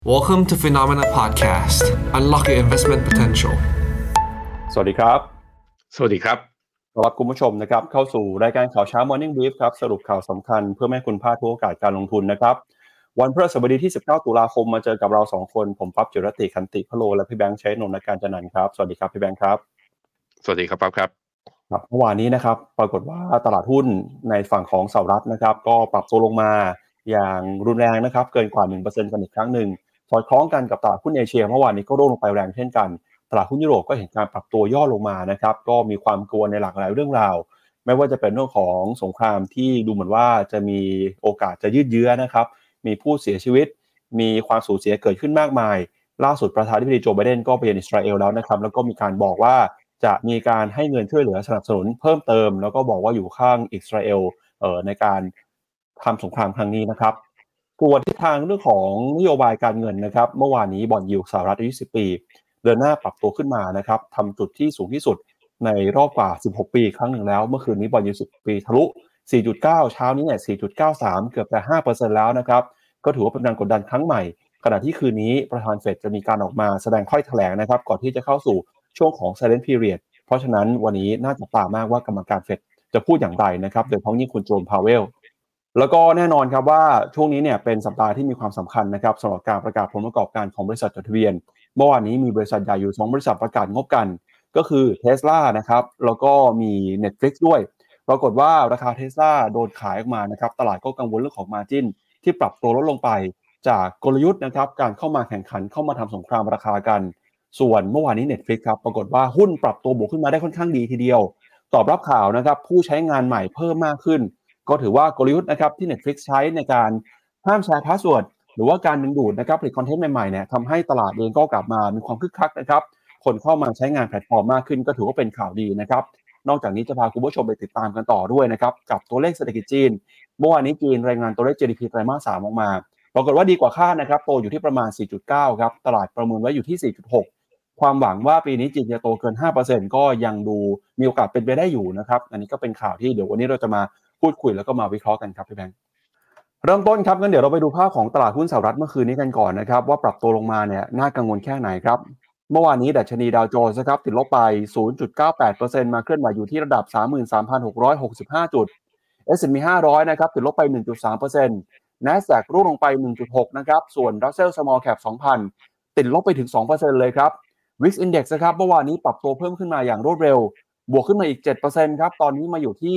Welcome to Phenomena Podcast. Unlock your investment potential. สวัสดีครับสวัสดีครับต้อนรับคุณผู้ชมนะครับเข้าสู่รายการข่าวเช้า Morning Brief ครับสรุปข่าวสำคัญเพื่อไม่ให้คุณพลาดทุกโอกาสการลงทุนนะครับวันพฤหัสบดีที่19ตุลาคมมาเจอกับเรา2คนผมปั๊บจิรติขันติพโลและพี่แบงค์ชัยนนท์การจันนันท์ครับสวัสดีครับพี่แบงค์ครับสวัสดีครับปั๊บครับครับเมื่อวานนี้นะครับปรากฏว่าตลาดหุ้นในฝั่งของสหรัฐนะครับก็ปรับตัวลงมาอย่างรุนแรงนะครับเกินกว่า 1% กันอีกครั้งหนึ่งสอดคล้องกันกับตลาดหุ้นเอเชียเมื่อวานนี้ก็ร่วงลงไปแรงเช่นกันตลาดหุ้นยุโรปก็เห็นการปรับตัวย่อลงมานะครับก็มีความกลัวในหลากหลายเรื่องราวไม่ว่าจะเป็นเรื่องของสงครามที่ดูเหมือนว่าจะมีโอกาสจะยืดเยื้อนะครับมีผู้เสียชีวิตมีความสูญเสียเกิดขึ้นมากมายล่าสุดประธานาธิบดีโจไบเดนก็ไปเยือนอิสราเอลแล้วนะครับแล้วก็มีการบอกว่าจะมีการให้เงินช่วยเหลือสนับสนุนเพิ่มเติมแล้วก็บอกว่าอยู่ข้างอิสราเอลในการทำสงครามครั้งนี้นะครับส่วนทิศทางเรื่องของนโยบายการเงินนะครับเมื่อวานนี้บอนด์ยิลด์สหรัฐอายุ10 ปีเดินหน้าปรับตัวขึ้นมานะครับทำจุดที่สูงที่สุดในรอบกว่า16 ปีครั้งหนึ่งแล้วเมื่อคืนนี้บอนด์ยิลด์10 ปีทะลุ 4.9 เช้านี้เนี่ย 4.93 เกือบจะ 5% แล้วนะครับก็ถือว่าเป็นการกดดันครั้งใหม่ขณะที่คืนนี้ประธานเฟดจะมีการออกมาแสดงถ้อยแถลงนะครับก่อนที่จะเข้าสู่ช่วงของ Silent Period เพราะฉะนั้นวันนี้น่าจับตามากว่ากรรมการเฟดจะพูดอย่างไรนะครับโดยเฉพาะยิ่งคุณโจมพาเวลแล้วก็แน่นอนครับว่าช่วงนี้เนี่ยเป็นสัปดาห์ที่มีความสำคัญนะครับสำหรับการประกาศผลประกอบการของบริษัทจดทะเบียนเมื่อวานนี้มีบริษัทใหญ่อยู่2บริษัทประกาศงบกันก็คือ Tesla นะครับแล้วก็มี Netflix ด้วยปรากฏว่าราคา Tesla โดนขายออกมานะครับตลาดก็กังวลเรื่องของ Margin ที่ปรับตัวลดลงไปจากกลยุทธ์นะครับการเข้ามาแข่งขันเข้ามาทำสงครามราคากันส่วนเมื่อวานนี้ Netflix ครับปรากฏว่าหุ้นปรับตัวบวกขึ้นมาได้ค่อนข้างดีทีเดียวตอบรับข่าวนะครับผู้ใช้งานใหม่เพิ่มมากขึ้นก็ถือว่ากลยุทธ์นะครับที่ Netflix ใช้ในการห้ามแชร์พาสเวิร์ดหรือว่าการดึงดูดนะครับผลิตคอนเทนต์ใหม่ๆเนี่ยทำให้ตลาดเองก็กลับมามีความคึกคักนะครับคนเข้ามาใช้งานแพลตฟอร์มมากขึ้นก็ถือว่าเป็นข่าวดีนะครับนอกจากนี้จะพาคุณผู้ชมไปติดตามกันต่อด้วยนะครับกับตัวเลขเศรษฐกิจจีนเมื่อวานนี้จีนรายงานตัวเลข GDP ไตรมาส 3ออกมาปรากฏว่าดีกว่าคาดนะครับโตอยู่ที่ประมาณ 4.9 ครับตลาดประเมินไว้อยู่ที่ 4.6 ความหวังว่าปีนี้จีนจะโตเกิน 5% ก็ยังดูมีโอกาสเป็นไปได้อยู่นะครับอันนี้ก็เป็นข่าวที่เดี๋ยววันนี้เราจะมาพูดคุยแล้วก็มาวิเคราะห์กันครับพี่แบงค์เริ่มต้นครับงั้นเดี๋ยวเราไปดูภาพของตลาดหุ้นสหรัฐเมื่อคืนนี้กันก่อนนะครับว่าปรับตัวลงมาเนี่ยน่ากังวลแค่ไหนครับเมื่อวานนี้ดัชนีดาวโจนส์นะครับติดลบไป 0.98% มาเคลื่อนไหวอยู่ที่ระดับ 33,665 จุด S&P 500นะครับติดลบไป 1.3% NASDAQ ร่วงลงไป 1.6 นะครับส่วน Russell Small Cap 2,000 ติดลบไปถึง 2% เลยครับ VIX Index นะครับเมื่อวานนี้ปรับตัวเพิ่มขึ้นมาอย่างรวดเร็วบวกขึ้นมาอีก 7% ครับตอนนี้มาอยู่ที่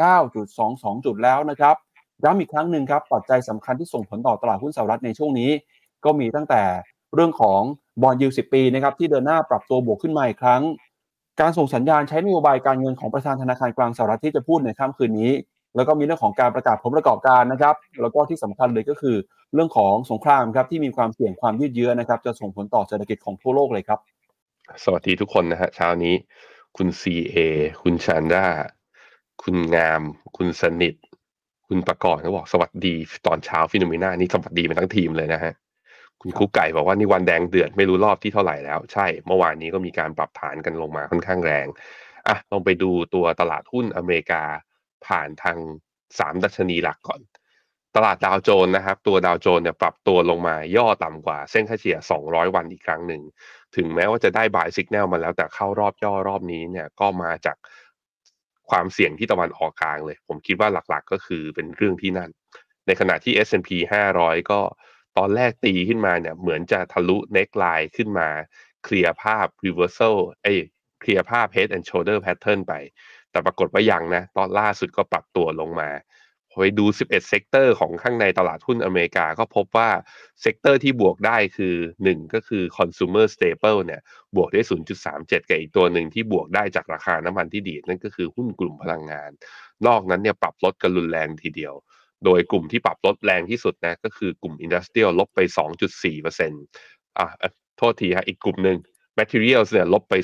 19.22 จุดแล้วนะครับย้ำอีกครั้งหนึ่งครับปัจจัยสำคัญที่ส่งผลต่อตลาดหุ้นสหรัฐในช่วงนี้ก็มีตั้งแต่เรื่องของบอนด์ยิลด์10 ปีนะครับที่เดินหน้าปรับตัวบวกขึ้นมาอีกครั้งการส่งสัญญาณใช้นโยบายการเงินของประธานธนาคารกลางสหรัฐที่จะพูดในค่ำคืนนี้แล้วก็มีเรื่องของการประกาศผลประกอบการนะครับแล้วก็ที่สำคัญเลยก็คือเรื่องของสงครามครับที่มีความเสี่ยงความยืดเยื้อนะครับจะส่งผลต่อเศรษฐกิจของทั่วโลกเลยครับสวัสดีทุกคนนะฮะเช้านี้คุณ CA คุณชันด้าคุณงามคุณสนิทคุณประกอบเขาบอกสวัสดีตอนเช้าฟิโนเมนานี่สวัสดีเป็นทั้งทีมเลยนะฮะคุณคุกไก่บอกว่านี่วันแดงเดือดไม่รู้รอบที่เท่าไหร่แล้วใช่เมื่อวานนี้ก็มีการปรับฐานกันลงมาค่อนข้างแรงอ่ะลองไปดูตัวตลาดหุ้นอเมริกาผ่านทาง3ดัชนีหลักก่อนตลาดดาวโจนส์นะครับตัวดาวโจนส์เนี่ยปรับตัวลงมาย่อต่ำกว่าเส้นค่าเฉลี่ย200วันอีกครั้งหนึ่งถึงแม้ว่าจะได้ buy signal มาแล้วแต่เข้ารอบย่อรอบนี้เนี่ยก็มาจากความเสี่ยงที่ตะวันออกกลางเลยผมคิดว่าหลักๆก็คือเป็นเรื่องที่นั่นในขณะที่ S&P 500ก็ตอนแรกตีขึ้นมาเนี่ยเหมือนจะทะลุ neckline ขึ้นมาเคลียร์ภาพ reversal เคลียร์ภาพ head and shoulder pattern ไปแต่ปรากฏว่ายังนะตอนล่าสุดก็ปรับตัวลงมาพอไปดู11เซกเตอร์ของข้างในตลาดหุ้นอเมริกาก็พบว่าเซกเตอร์ที่บวกได้คือ1ก็คือ consumer staple เนี่ยบวกได้ 0.37 กับอีกตัวหนึ่งที่บวกได้จากราคาน้ำมันที่ดีดนั่นก็คือหุ้นกลุ่มพลังงานนอกนั้นเนี่ยปรับลดกันรุนแรงทีเดียวโดยกลุ่มที่ปรับลดแรงที่สุดนะก็คือกลุ่ม industrial ลบไป 2.4% โทษทีฮะอีกกลุ่มหนึ่ง materials เนี่ยลบไป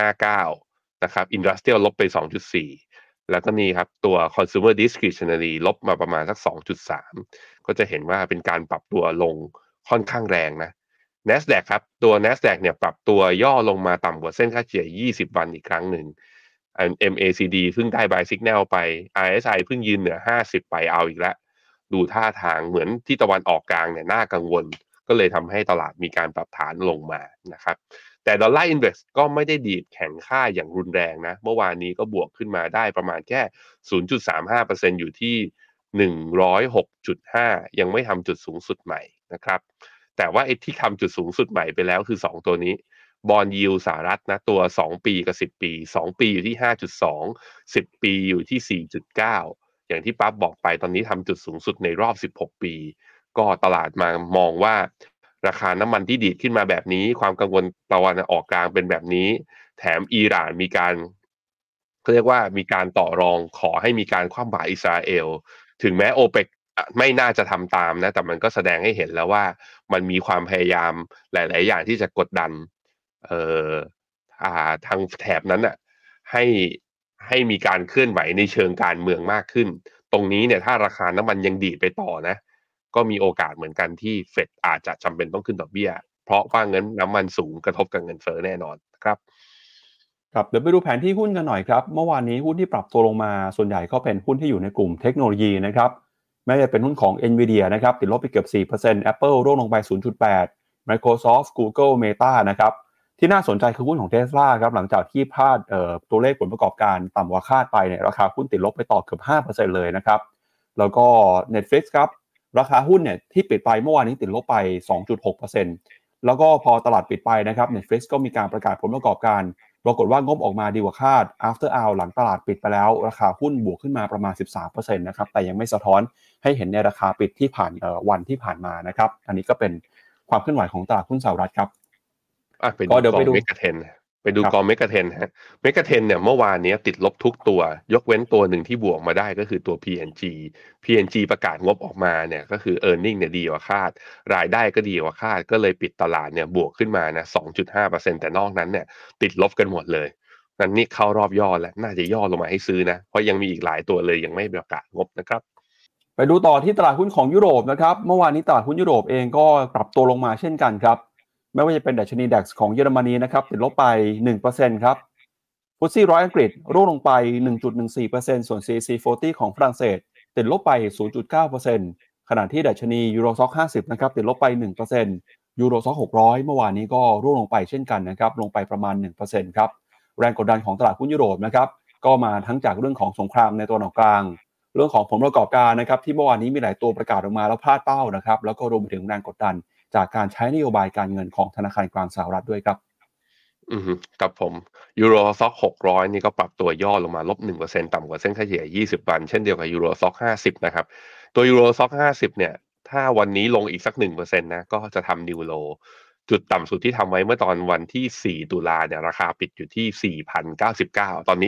2.59 นะครับ industrial ลบไป 2.4 แล้วก็นี่ครับตัว consumer discretionary ลบมาประมาณสัก 2.3 ก็จะเห็นว่าเป็นการปรับตัวลงค่อนข้างแรงนะ NASDAQ ครับตัว NASDAQ เนี่ยปรับตัวย่อลงมาต่ำกว่าเส้นค่าเฉลี่ย20วันอีกครั้งหนึ่ง MACD เพิ่งได้ buy signal ไป RSI เพิ่งยืนเหนือ50ไปเอาอีกแล้วดูท่าทางเหมือนที่ตะวันออกกลางเนี่ยน่ากังวลก็เลยทำให้ตลาดมีการปรับฐานลงมานะครับแต่ดอลลาร์อินเด็กซ์ก็ไม่ได้ดีดแข็งค่าอย่างรุนแรงนะเมื่อวานนี้ก็บวกขึ้นมาได้ประมาณแค่ 0.35% อยู่ที่ 106.5 ยังไม่ทำจุดสูงสุดใหม่นะครับแต่ว่าไอ้ที่ทำจุดสูงสุดใหม่ไปแล้วคือ2ตัวนี้บอนด์ยิลด์สหรัฐนะตัว2ปีกับ10ปี2ปีอยู่ที่ 5.2 10ปีอยู่ที่ 4.9 อย่างที่ปั๊บบอกไปตอนนี้ทำจุดสูงสุดในรอบ16ปีก็ตลาดมามองว่าราคาน้ำมันที่ดีดขึ้นมาแบบนี้ความกังวลตะวันออกกลางเป็นแบบนี้แถมอิหร่านมีการเขาเรียกว่ามีการต่อรองขอให้มีการคว่ำบาตรอิสราเอลถึงแม้โอเปกไม่น่าจะทำตามนะแต่มันก็แสดงให้เห็นแล้วว่ามันมีความพยายามหลายๆอย่างที่จะกดดันเอ่อทางแถบนั้นน่ะให้ให้มีการเคลื่อนไหวในเชิงการเมืองมากขึ้นตรงนี้เนี่ยถ้าราคาน้ำมันยังดีดไปต่อนะก็มีโอกาสเหมือนกันที่เฟดอาจจะจำเป็นต้องขึ้นดอกเบี้ยเพราะว่าเงินน้ำมันสูงกระทบกับเงินเฟ้อแน่นอนครับครับเดี๋ยวไปดูแผนที่หุ้นกันหน่อยครับเมื่อวานนี้หุ้นที่ปรับตัวลงมาส่วนใหญ่ก็เป็นหุ้นที่อยู่ในกลุ่มเทคโนโลยีนะครับไม่ว่าจะเป็นหุ้นของ Nvidia นะครับติดลบไปเกือบ 4% Apple ร่วงลงไป 0.8 Microsoft Google Meta นะครับที่น่าสนใจคือหุ้นของ Tesla ครับหลังจากที่พลาดตัวเลขผลประกอบการต่ำกว่าคาดไปเนี่ยราคาหุ้นติดลบไปต่อเกือบ 5% เลยนะครับแล้วก็ Netflix ครับราคาหุ้นเนี่ยที่ปิดไปเมื่อวานนี้ติดลบไป 2.6% แล้วก็พอตลาดปิดไปนะครับ Netflix ก็มีการประกาศผลประกอบการปรากฏว่างบออกมาดีกว่าคาด after hour หลังตลาดปิดไปแล้วราคาหุ้นบวกขึ้นมาประมาณ 13% นะครับแต่ยังไม่สะท้อนให้เห็นในราคาปิดที่ผ่านวันที่ผ่านมานะครับอันนี้ก็เป็นความเคลื่อนไหวของตลาดหุ้นสหรัฐครับไปดูกองเมกะเทนไปดูกองเมกะเทนฮะเมกะเทนเนี่ยเมื่อวานนี้ติดลบทุกตัวยกเว้นตัวหนึ่งที่บวกมาได้ก็คือตัว PNG ประกาศงบออกมาเนี่ยก็คือ earning เนี่ยดีกว่าคาดรายได้ก็ดีกว่าคาดก็เลยปิดตลาดเนี่ยบวกขึ้นมานะ 2.5% แต่นอกนั้นเนี่ยติดลบกันหมดเลยนั้นนี่เข้ารอบย่อแล้วน่าจะย่อลงมาให้ซื้อนะเพราะยังมีอีกหลายตัวเลยยังไม่ประกาศงบนะครับไปดูต่อที่ตลาดหุ้นของยุโรปนะครับเมื่อวานนี้ตลาดหุ้นยุโรปเองก็ปรับตัวลงมาเช่นกันครับไม่ว่าจะเป็นดัชนี DAX ของเยอรมนีนะครับติดลบไป 1% ครับฟุตซี่100อังกฤษร่วงลงไป 1.14% ส่วน CAC 40ของฝรั่งเศสติดลบไป 0.9% ขณะที่ดัชนียูโรซ็อก50นะครับติดลบไป 1% ยูโรซ็อก600เมื่อวานนี้ก็ร่วงลงไปเช่นกันนะครับลงไปประมาณ 1% ครับแรงกดดันของตลาดหุ้นยุโรปนะครับก็มาทั้งจากเรื่องของสงครามในตะวันออกกลางเรื่องของผลประกอบการนะครับที่เมื่อวานนี้มีหลายตัวประกาศออกมาแล้วพลาดเป้านะครับแล้วก็รวมไปถึงแรงกดดันจากการใช้นโยบายการเงินของธนาคารกลางสหรัฐด้วยครับครับผมยูโรซ็อก600นี่ก็ปรับตัวย่อลงมาลบ 1% ต่ำกว่าเส้นค่าเฉลี่ย20วันเช่นเดียวกับยูโรซ็อก50นะครับตัวยูโรซ็อก50เนี่ยถ้าวันนี้ลงอีกสัก 1% นะก็จะทำนิวโลจุดต่ำสุดที่ทำไว้เมื่อตอนวันที่4ตุลาเนี่ยราคาปิดอยู่ที่ 4,099 ตอนนี้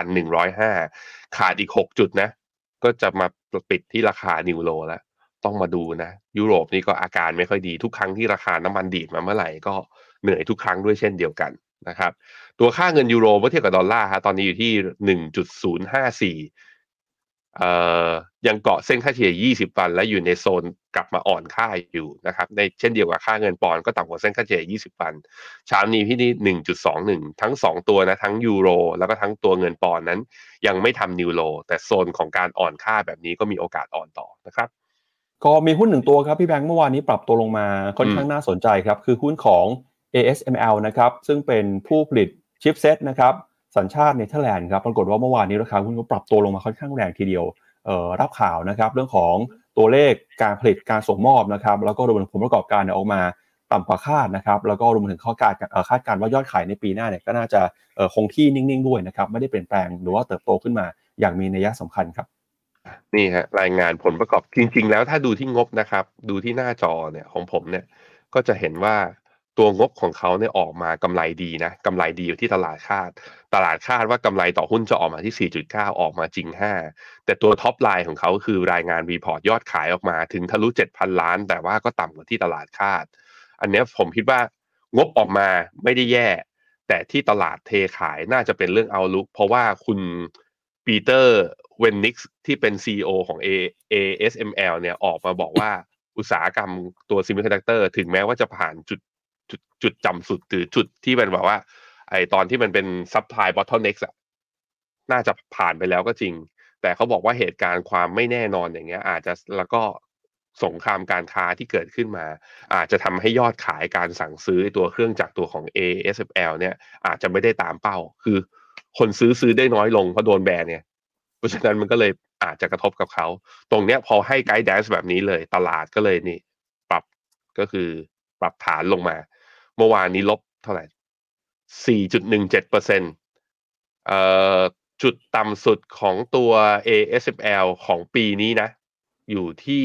4,105 ขาดอีก6จุดนะก็จะมาปิดที่ราคานิวโลแล้วต้องมาดูนะยุโรปนี่ก็อาการไม่ค่อยดีทุกครั้งที่ราคาน้ำมันดีดมาเมื่อไหร่ก็เหนื่อยทุกครั้งด้วยเช่นเดียวกันนะครับตัวค่าเงินยูโรเมื่อเทียบกับดอลลาร์ฮะตอนนี้อยู่ที่ 1.054เอ่อยังเกาะเส้นค่าเฉลี่ย20วันและอยู่ในโซนกลับมาอ่อนค่าอยู่นะครับในเช่นเดียวกับค่าเงินปอนด์ก็ต่ำกว่าเส้นค่าเฉลี่ย20วันเช้านี้ที่นี่ 1.21 ทั้ง2ตัวนะทั้งยูโรแล้วก็ทั้งตัวเงินปอนด์นั้นยังไม่ทำนิวโลแต่โซนของการอ่อนค่าแบบนี้ก็มีโอกาสอ่อนต่อนะครับก็มีหุ้นหนึ่งตัวครับพี่แบงค์เมื่อวานนี้ปรับตัวลงมาค่อนข้างน่าสนใจครับคือหุ้นของ ASML นะครับซึ่งเป็นผู้ผลิตชิปเซตนะครับสัญชาติเนเธอร์แลนด์ครับปรากฏว่าเมื่อวานนี้ราคาหุ้นก็ปรับตัวลงมาค่อนข้างแรงทีเดียวรับข่าวนะครับเรื่องของตัวเลขการผลิตการส่งมอบนะครับแล้วก็รวมถึงผลประกอบการเนี่ยออกมาต่ำกว่าคาดนะครับแล้วก็รวมถึงคาดการณ์ว่ายอดขายในปีหน้าเนี่ยก็น่าจะคงที่นิ่งๆด้วยนะครับไม่ได้เปลี่ยนแปลงหรือว่าเติบโตขึ้นมาอย่างมีนัยสำคัญครับนี่ฮะรายงานผลประกอบจริงๆแล้วถ้าดูที่งบนะครับดูที่หน้าจอเนี่ยของผมเนี่ยก็จะเห็นว่าตัวงบของเขาเนี่ยออกมากำไรดีนะกำไรดีอยู่ที่ตลาดคาดว่ากำไรต่อหุ้นจะออกมาที่ 4.9 ออกมาจริง5แต่ตัวท็อปไลน์ของเขาคือรายงานรีพอร์ตยอดขายออกมาถึงทะลุ 7,000 ล้านแต่ว่าก็ต่ำกว่าที่ตลาดคาดอันนี้ผมคิดว่างบออกมาไม่ได้แย่แต่ที่ตลาดเทขายน่าจะเป็นเรื่อง outlook เพราะว่าคุณปีเตอร์เวนนิกซ์ที่เป็น CEO ของ ASML เนี่ยออกมาบอกว่าอุตสาหกรรมตัว Semiconductor ถึงแม้ว่าจะผ่านจุดจำสุดหรือจุดที่เป็นแบบว่าไอตอนที่มันเป็น supply bottleneck อะน่าจะผ่านไปแล้วก็จริงแต่เขาบอกว่าเหตุการณ์ความไม่แน่นอนอย่างเงี้ยอาจจะแล้วก็สงครามการค้าที่เกิดขึ้นมาอาจจะทำให้ยอดขายการสั่งซื้อตัวเครื่องจักรตัวของ ASML เนี่ยอาจจะไม่ได้ตามเป้าคือคนซื้อได้น้อยลงเพราะโดนแบนเนี่ยเพราะฉะนั้นมันก็เลยอาจจะกระทบกับเขาตรงเนี้ยพอให้ไกด์แดนซ์แบบนี้เลยตลาดก็เลยนี่ปรับก็คือปรับฐานลงมาเมื่อวานนี้ลบเท่าไหร่ 4.17%เอ่อจุดต่ำสุดของตัว ASML ของปีนี้นะอยู่ที่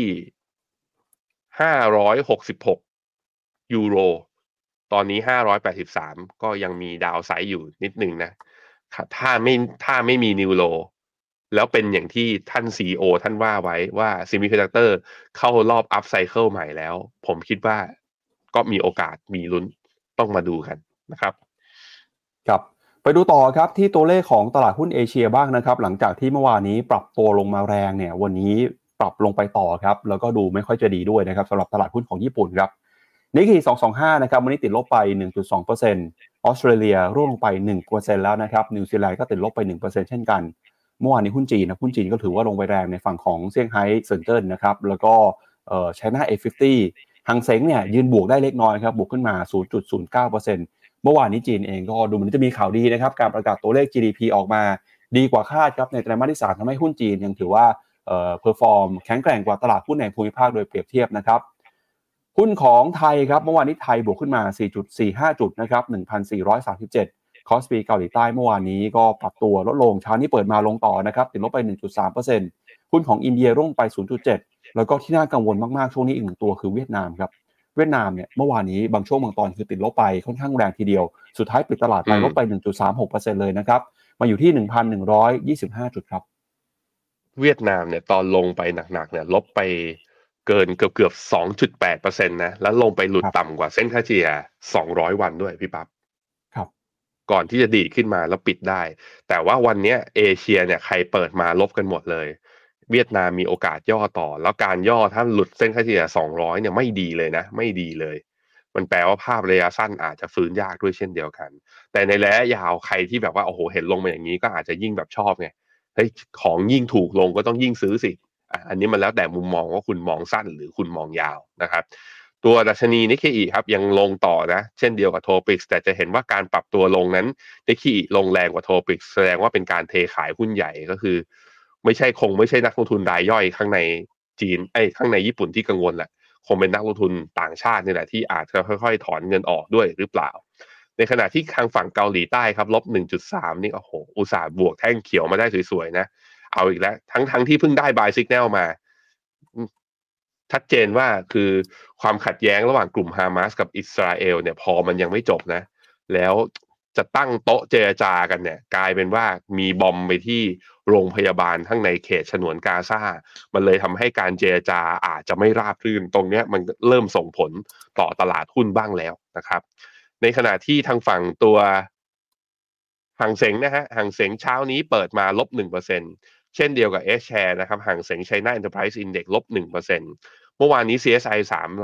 566ยูโรตอนนี้583ก็ยังมีดาวไซด์อยู่นิดนึงนะถ้าไม่มีนิวโลแล้วเป็นอย่างที่ท่าน CEO ท่านว่าไว้ว่า Semiconductor เข้ารอบ Up Cycle ใหม่แล้วผมคิดว่าก็มีโอกาสมีลุ้นต้องมาดูกันนะครับครับไปดูต่อครับที่ตัวเลขของตลาดหุ้นเอเชียบ้างนะครับหลังจากที่เมื่อวานนี้ปรับตัวลงมาแรงเนี่ยวันนี้ปรับลงไปต่อครับแล้วก็ดูไม่ค่อยจะดีด้วยนะครับสำหรับตลาดหุ้นของญี่ปุ่นครับนิกเกอิ225นะครับวันนี้ติดลบไป 1.2% ออสเตรเลียร่วงลงไป 1% แล้วนะครับนิวซีแลนด์ก็ติดลบไป 1% เช่นกันเมื่อวานนี้หุ้นจีนก็ถือว่าลงไปแรงในฝั่งของเซี่ยงไฮ้เซินเจิ้นนะครับแล้วก็China A50 หังเส็งเนี่ยยืนบวกได้เล็กน้อยครับบวกขึ้นมา 0.09%เมื่อวานนี้จีนเองก็ดูเหมือนจะมีข่าวดีนะครับการประกาศตัวเลข GDP ออกมาดีกว่าคาดครับในไตรมาสที่3ทำให้หุ้นจีนยังถือว่าเพอร์ฟอร์มแข็งแกร่งกว่าตลาดหุ้นในภูมิภาคโดยเปรียบเทียบนะครับหุ้นของไทยครับเมื่อวานนี้ไทยบวกขึ้นมา 4.45 จุดนะครับ 1,437 คอสปีเกาหลีใต้เมื่อวานนี้ก็ปรับตัวลดลงเช้านี้เปิดมาลงต่อนะครับติดลบไป 1.3% หุ้นของอินเดียร่วงไป 0.7 แล้วก็ที่น่ากังวลมากๆช่วงนี้อีกหนึ่งตัวคือเวียดนามครับเวียดนามเนี่ยเมื่อวานนี้บางช่วงบางตอนคือติดลบไปค่อนข้างแรงทีเดียวสุดท้ายปิดตลาดไปลบไป 1.36% เลยนะครับมาอยู่ที่ 1,125 จุดครับเวียดนามเนี่ยตอนลงไปหนักๆเนี่ยลบไปเกินเกือบ 2.8% นะแล้วลงไปหลุดต่ำกว่าเส้นค่าเฉลี่ย200วันด้วยพี่ปั๊บครับก่อนที่จะดีดขึ้นมาแล้วปิดได้แต่ว่าวันเนี้ยเอเชียเนี่ยใครเปิดมาลบกันหมดเลยเวียดนามมีโอกาสย่อต่อแล้วการย่อถ้าหลุดเส้นค่าเฉลี่ย200เนี่ยไม่ดีเลยนะไม่ดีเลยมันแปลว่าภาพระยะสั้นอาจจะฟื้นยากด้วยเช่นเดียวกันแต่ในระยะยาวใครที่แบบว่าโอ้โหเห็นลงมาอย่างนี้ก็อาจจะยิ่งแบบชอบไงเฮ้ยของยิ่งถูกลงก็ต้องยิ่งซื้อสิอันนี้มันแล้วแต่มุมมองว่าคุณมองสั้นหรือคุณมองยาวนะครับตัวดัชนีนิกเกอิครับยังลงต่อนะเช่นเดียวกับโทปิกแต่จะเห็นว่าการปรับตัวลงนั้นนิกเกอิลงแรงกว่าโทปิกแสดงว่าเป็นการเทขายหุ้นใหญ่ก็คือไม่ใช่นักลงทุนรายย่อยข้างในจีนข้างในญี่ปุ่นที่กังวลแหละคงเป็นนักลงทุนต่างชาตินี่แหละที่อาจจะค่อยๆถอนเงินออกด้วยหรือเปล่าในขณะที่ทางฝั่งเกาหลีใต้ครับลบ 1.3 นี่โอ้โหอุตสาห์บวกแท่งเขียวมาได้สวยๆนะเอาอีกแล้วทั้งที่เพิ่งได้ buy signal มาชัดเจนว่าคือความขัดแย้งระหว่างกลุ่มฮามาสกับอิสราเอลเนี่ยพอมันยังไม่จบนะแล้วจะตั้งโต๊ะเจรจากันเนี่ยกลายเป็นว่ามีบอมไปที่โรงพยาบาลทั้งในเขตฉนวนกาซามันเลยทำให้การเจรจาอาจจะไม่ราบรื่นตรงเนี้ยมันเริ่มส่งผลต่อตลาดหุ้นบ้างแล้วนะครับในขณะที่ทางฝั่งตัวห่างเส็งนะฮะห่างเส็งเช้านี้เปิดมาลบ 1%เช่นเดียวกับ H-share นะครับห่างเส็ง China Enterprise Index ลบ 1%เมื่อวานนี้ CSI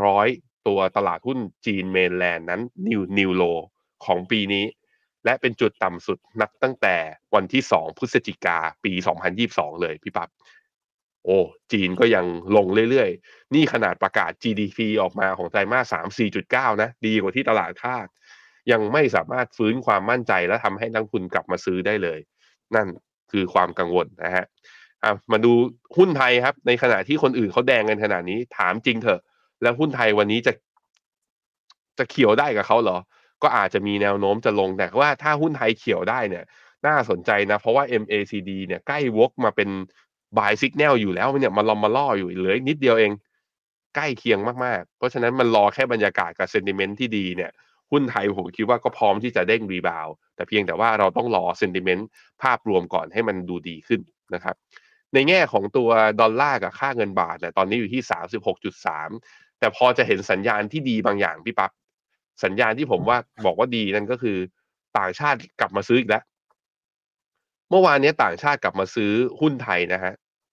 300ตัวตลาดหุ้นจีนเมนแลนด์นั้นนิวโลของปีนี้และเป็นจุดต่ำสุดนับตั้งแต่วันที่2พฤศจิกาปี2022เลยพี่ปั๊บโอ้จีนก็ยังลงเรื่อยๆนี่ขนาดประกาศ GDP ออกมาของไตรมาส3 4.9 นะดีกว่าที่ตลาดคาดยังไม่สามารถฟื้นความมั่นใจและทำให้นักทุนกลับมาซื้อได้เลยนั่นคือความกังวลนะฮะมาดูหุ้นไทยครับในขณะที่คนอื่นเขาแดงกันขนาดนี้ถามจริงเถอะแล้วหุ้นไทยวันนี้จะเขียวได้กับเขาเหรอก็อาจจะมีแนวโน้มจะลงแต่ว่าถ้าหุ้นไทยเขียวได้เนี่ยน่าสนใจนะเพราะว่า MACD เนี่ยใกล้วกมาเป็น buy signal อยู่แล้วเนี่ยมาล่ออยู่เหลืออีกนิดเดียวเองใกล้เคียงมากๆเพราะฉะนั้นมันรอแค่บรรยากาศกับ sentiment ที่ดีเนี่ยหุ้นไทยผมคิดว่าก็พร้อมที่จะเด้งรีบาวด์แต่เพียงแต่ว่าเราต้องรอ sentiment ภาพรวมก่อนให้มันดูดีขึ้นนะครับในแง่ของตัวดอลลาร์กับค่าเงินบาทเนี่ยตอนนี้อยู่ที่ 36.3 แต่พอจะเห็นสัญญาณที่ดีบางอย่างพี่ปั๊บสัญญาณที่ผมว่าบอกว่าดีนั่นก็คือต่างชาติกลับมาซื้ออีกแล้วเมื่อวานนี้ต่างชาติกลับมาซื้อหุ้นไทยนะฮะ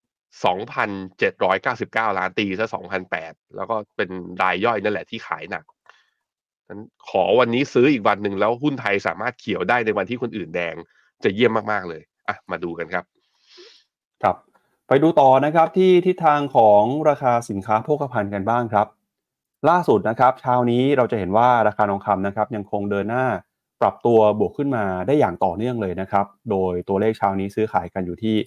2,799 ล้านตีซะ2,800แล้วก็เป็นรายย่อยนั่นแหละที่ขายหนักนั้นขอวันนี้ซื้ออีกวันหนึ่งแล้วหุ้นไทยสามารถเขียวได้ในวันที่คนอื่นแดงจะเยี่ยมมากๆเลยอ่ะมาดูกันครับครับไปดูต่อนะครับที่ทิศทางของราคาสินค้าโภคภัณฑ์กันบ้างครับล่าสุดนะครับเช้านี้เราจะเห็นว่าราคาทองคำนะครับยังคงเดินหน้าปรับตัวบวกขึ้นมาได้อย่างต่อเนื่องเลยนะครับโดยตัวเลขเช้านี้ซื้อขายกันอยู่ที่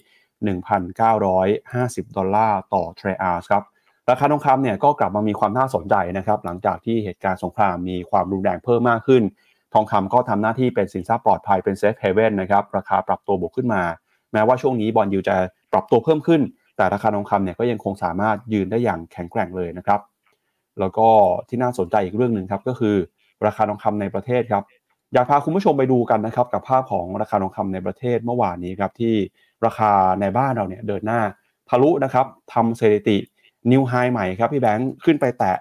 1,950 ดอลลาร์ต่อทรัลล์ครับราคาทองคำเนี่ยก็กลับมามีความน่าสนใจนะครับหลังจากที่เหตุการณ์สงครามมีความรุนแรงเพิ่มมากขึ้นทองคำก็ทำหน้าที่เป็นสินทรัพย์ปลอดภัยเป็นเซฟเฮเว่นนะครับราคาปรับตัวบวกขึ้นมาแม้ว่าช่วงนี้บอนด์ยิลด์จะปรับตัวเพิ่มขึ้นแต่ราคาทองคำเนี่ยก็ยังคงสามารถยืนได้อย่างแข็งแกร่งเลยนะครับแล้วก็ที่น่าสนใจอีกเรื่องหนึ่งครับก็คือราคาทองคำในประเทศครับอยากพาคุณผู้ชมไปดูกันนะครับกับภาพของราคาทองคำในประเทศเมื่อวานนี้ครับที่ราคาในบ้านเราเนี่ยเดินหน้าทะลุนะครับทำสถิตินิวไฮใหม่ครับพี่แบงค์ขึ้นไปแตะ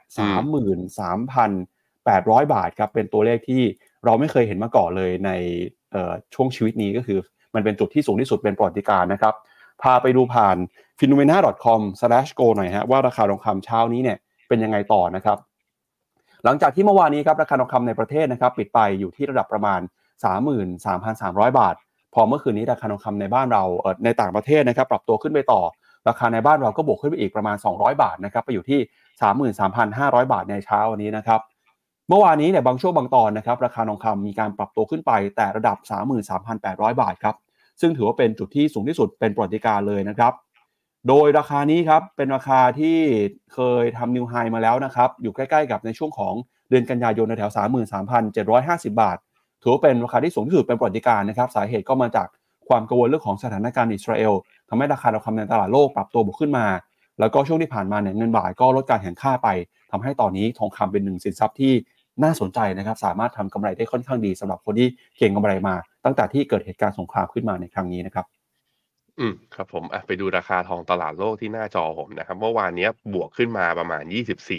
33,800 บาทครับเป็นตัวเลขที่เราไม่เคยเห็นมาก่อนเลยในช่วงชีวิตนี้ก็คือมันเป็นจุดที่สูงที่สุดเป็นประวัติการณ์นะครับพาไปดูผ่าน phenomena.com/go หน่อยฮะว่าราคาทองคำเช้านี้เนี่ยเป็นยังไงต่อนะครับหลังจากที่เมื่อวานนี้ครับราคาทองคำในประเทศนะครับปิดไปอยู่ที่ระดับประมาณ 33,300 บาทพอเมื่อคืนนี้ราคาทองคำในบ้านเราในต่างประเทศนะครับปรับตัวขึ้นไปต่อราคาในบ้านเราก็บวกขึ้นไปอีกประมาณ200บาทนะครับไปอยู่ที่ 33,500 บาทในเช้าวันนี้นะครับเมื่อวานนี้เนี่ยบางช่วงบางตอนนะครับราคาทองคำมีการปรับตัวขึ้นไปแต่ระดับ 33,800 บาทครับซึ่งถือว่าเป็นจุดที่สูงที่สุดเป็นประวัติการณ์เลยนะครับโดยราคานี้ครับเป็นราคาที่เคยทำนิวไฮมาแล้วนะครับอยู่ใกล้ๆกับในช่วงของเดือนกันยายนแถว 33,750 บาทถือว่าเป็นราคาที่สูงที่สุดเป็นประวัติการณ์นะครับสาเหตุก็มาจากความกังวลเรื่องของสถานการณ์อิสราเอลทำให้ราคาทองคำในตลาดโลกปรับตัวบวกขึ้นมาแล้วก็ช่วงที่ผ่านมาเนี่ยเงินบาทก็ลดการแข่งค่าไปทำให้ตอนนี้ทองคำเป็นหนึ่งสินทรัพย์ที่น่าสนใจนะครับสามารถทำกำไรได้ค่อนข้างดีสำหรับคนที่เก็งกำไรมาตั้งแต่ที่เกิดเหตุการณ์สงครามขึ้นมาในครั้งนี้นะครับครับผมไปดูราคาทองตลาดโลกที่หน้าจอผมนะครับเมื่อวานเนี้ยบวกขึ้นมาประมาณ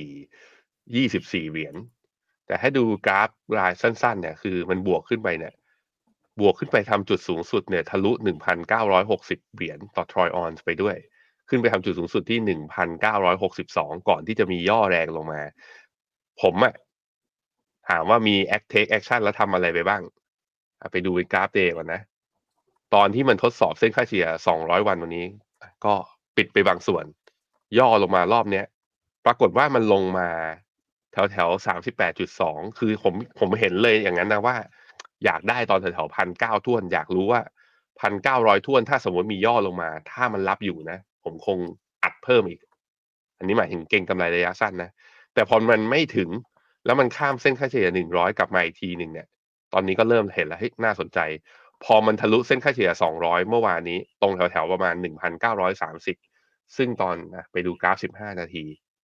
24เหรียญแต่ให้ดูกราฟรายสั้นๆเนี่ยคือมันบวกขึ้นไปเนี่ยบวกขึ้นไปทำจุดสูงสุดเนี่ยทะลุ 1,960 เหรียญต่อทรอยออนซ์ไปด้วยขึ้นไปทำจุดสูงสุดที่ 1,962 ก่อนที่จะมีย่อแรงลงมาผมถามว่ามีtake action แล้วทำอะไรไปบ้างไปดูกราฟเดย์ก่อนนะตอนที่มันทดสอบเส้นค่าเฉลี่ย200วันวันนี้ก็ปิดไปบางส่วนย่อลงมารอบเนี้ยปรากฏว่ามันลงมาแถวๆ38.2คือผมเห็นเลยอย่างนั้นนะว่าอยากได้ตอนแถวๆ1,900ถ้วนอยากรู้ว่า1,900ถ้วนถ้าสมมุติมีย่อลงมาถ้ามันรับอยู่นะผมคงอัดเพิ่มอีกอันนี้หมายถึงเก็งกำไรระยะสั้นนะแต่พอมันไม่ถึงแล้วมันข้ามเส้นค่าเฉลี่ย100กลับมาอีกทีหนึ่งเนี่ยตอนนี้ก็เริ่มเห็นแล้วเฮ้ยน่าสนใจพอมันทะลุเส้นค่าเฉลี่ย200เมื่อวานนี้ตรงแถวๆประมาณ 1,930 ซึ่งตอนไปดูกราฟ15นาที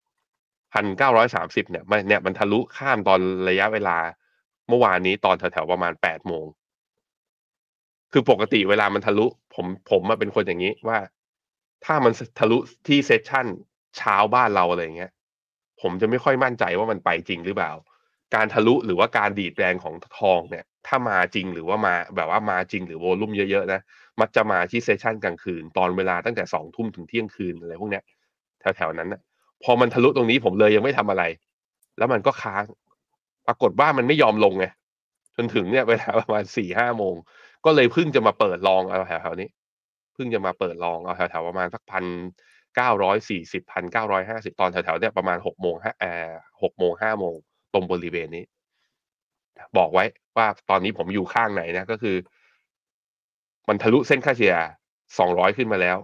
1,930เนี่ยมันทะลุข้ามตอนระยะเวลาเมื่อวานนี้ตอนแถวๆประมาณ8โมงคือปกติเวลามันทะลุผมเป็นคนอย่างนี้ว่าถ้ามันทะลุที่เซสชันเช้าบ้านเราอะไรอย่างเงี้ยผมจะไม่ค่อยมั่นใจว่ามันไปจริงหรือเปล่าการทะลุหรือว่าการดีดแรงของทองเนี่ยถ้ามาจริงหรือว่ามาแบบว่ามาจริงหรือโวลุ่มเยอะๆนะมักจะมาที่เซสชันกลางคืนตอนเวลาตั้งแต่20:00ถึงเที่ยงคืนอะไรพวกเนี้ยแถวๆนั้นน่ะพอมันทะลุตรงนี้ผมเลยยังไม่ทำอะไรแล้วมันก็ค้างปรากฏว่ามันไม่ยอมลงไงจนถึงเนี่ยเวลาประมาณ4-5โมงก็เลยเพิ่งจะมาเปิดลองเอาแถวๆนี้เพิ่งจะมาเปิดลองเอาแถวๆประมาณสัก1,940 1,950ตอนแถวๆเนี่ยประมาณ6โมง6โมง5โมงตรงบริเวณนี้บอกไว้ว่าตอนนี้ผมอยู่ข้างไหนนะก็คือมันทะลุเส้นค่าเฉลี่ย200ขึ้นมาแล้ว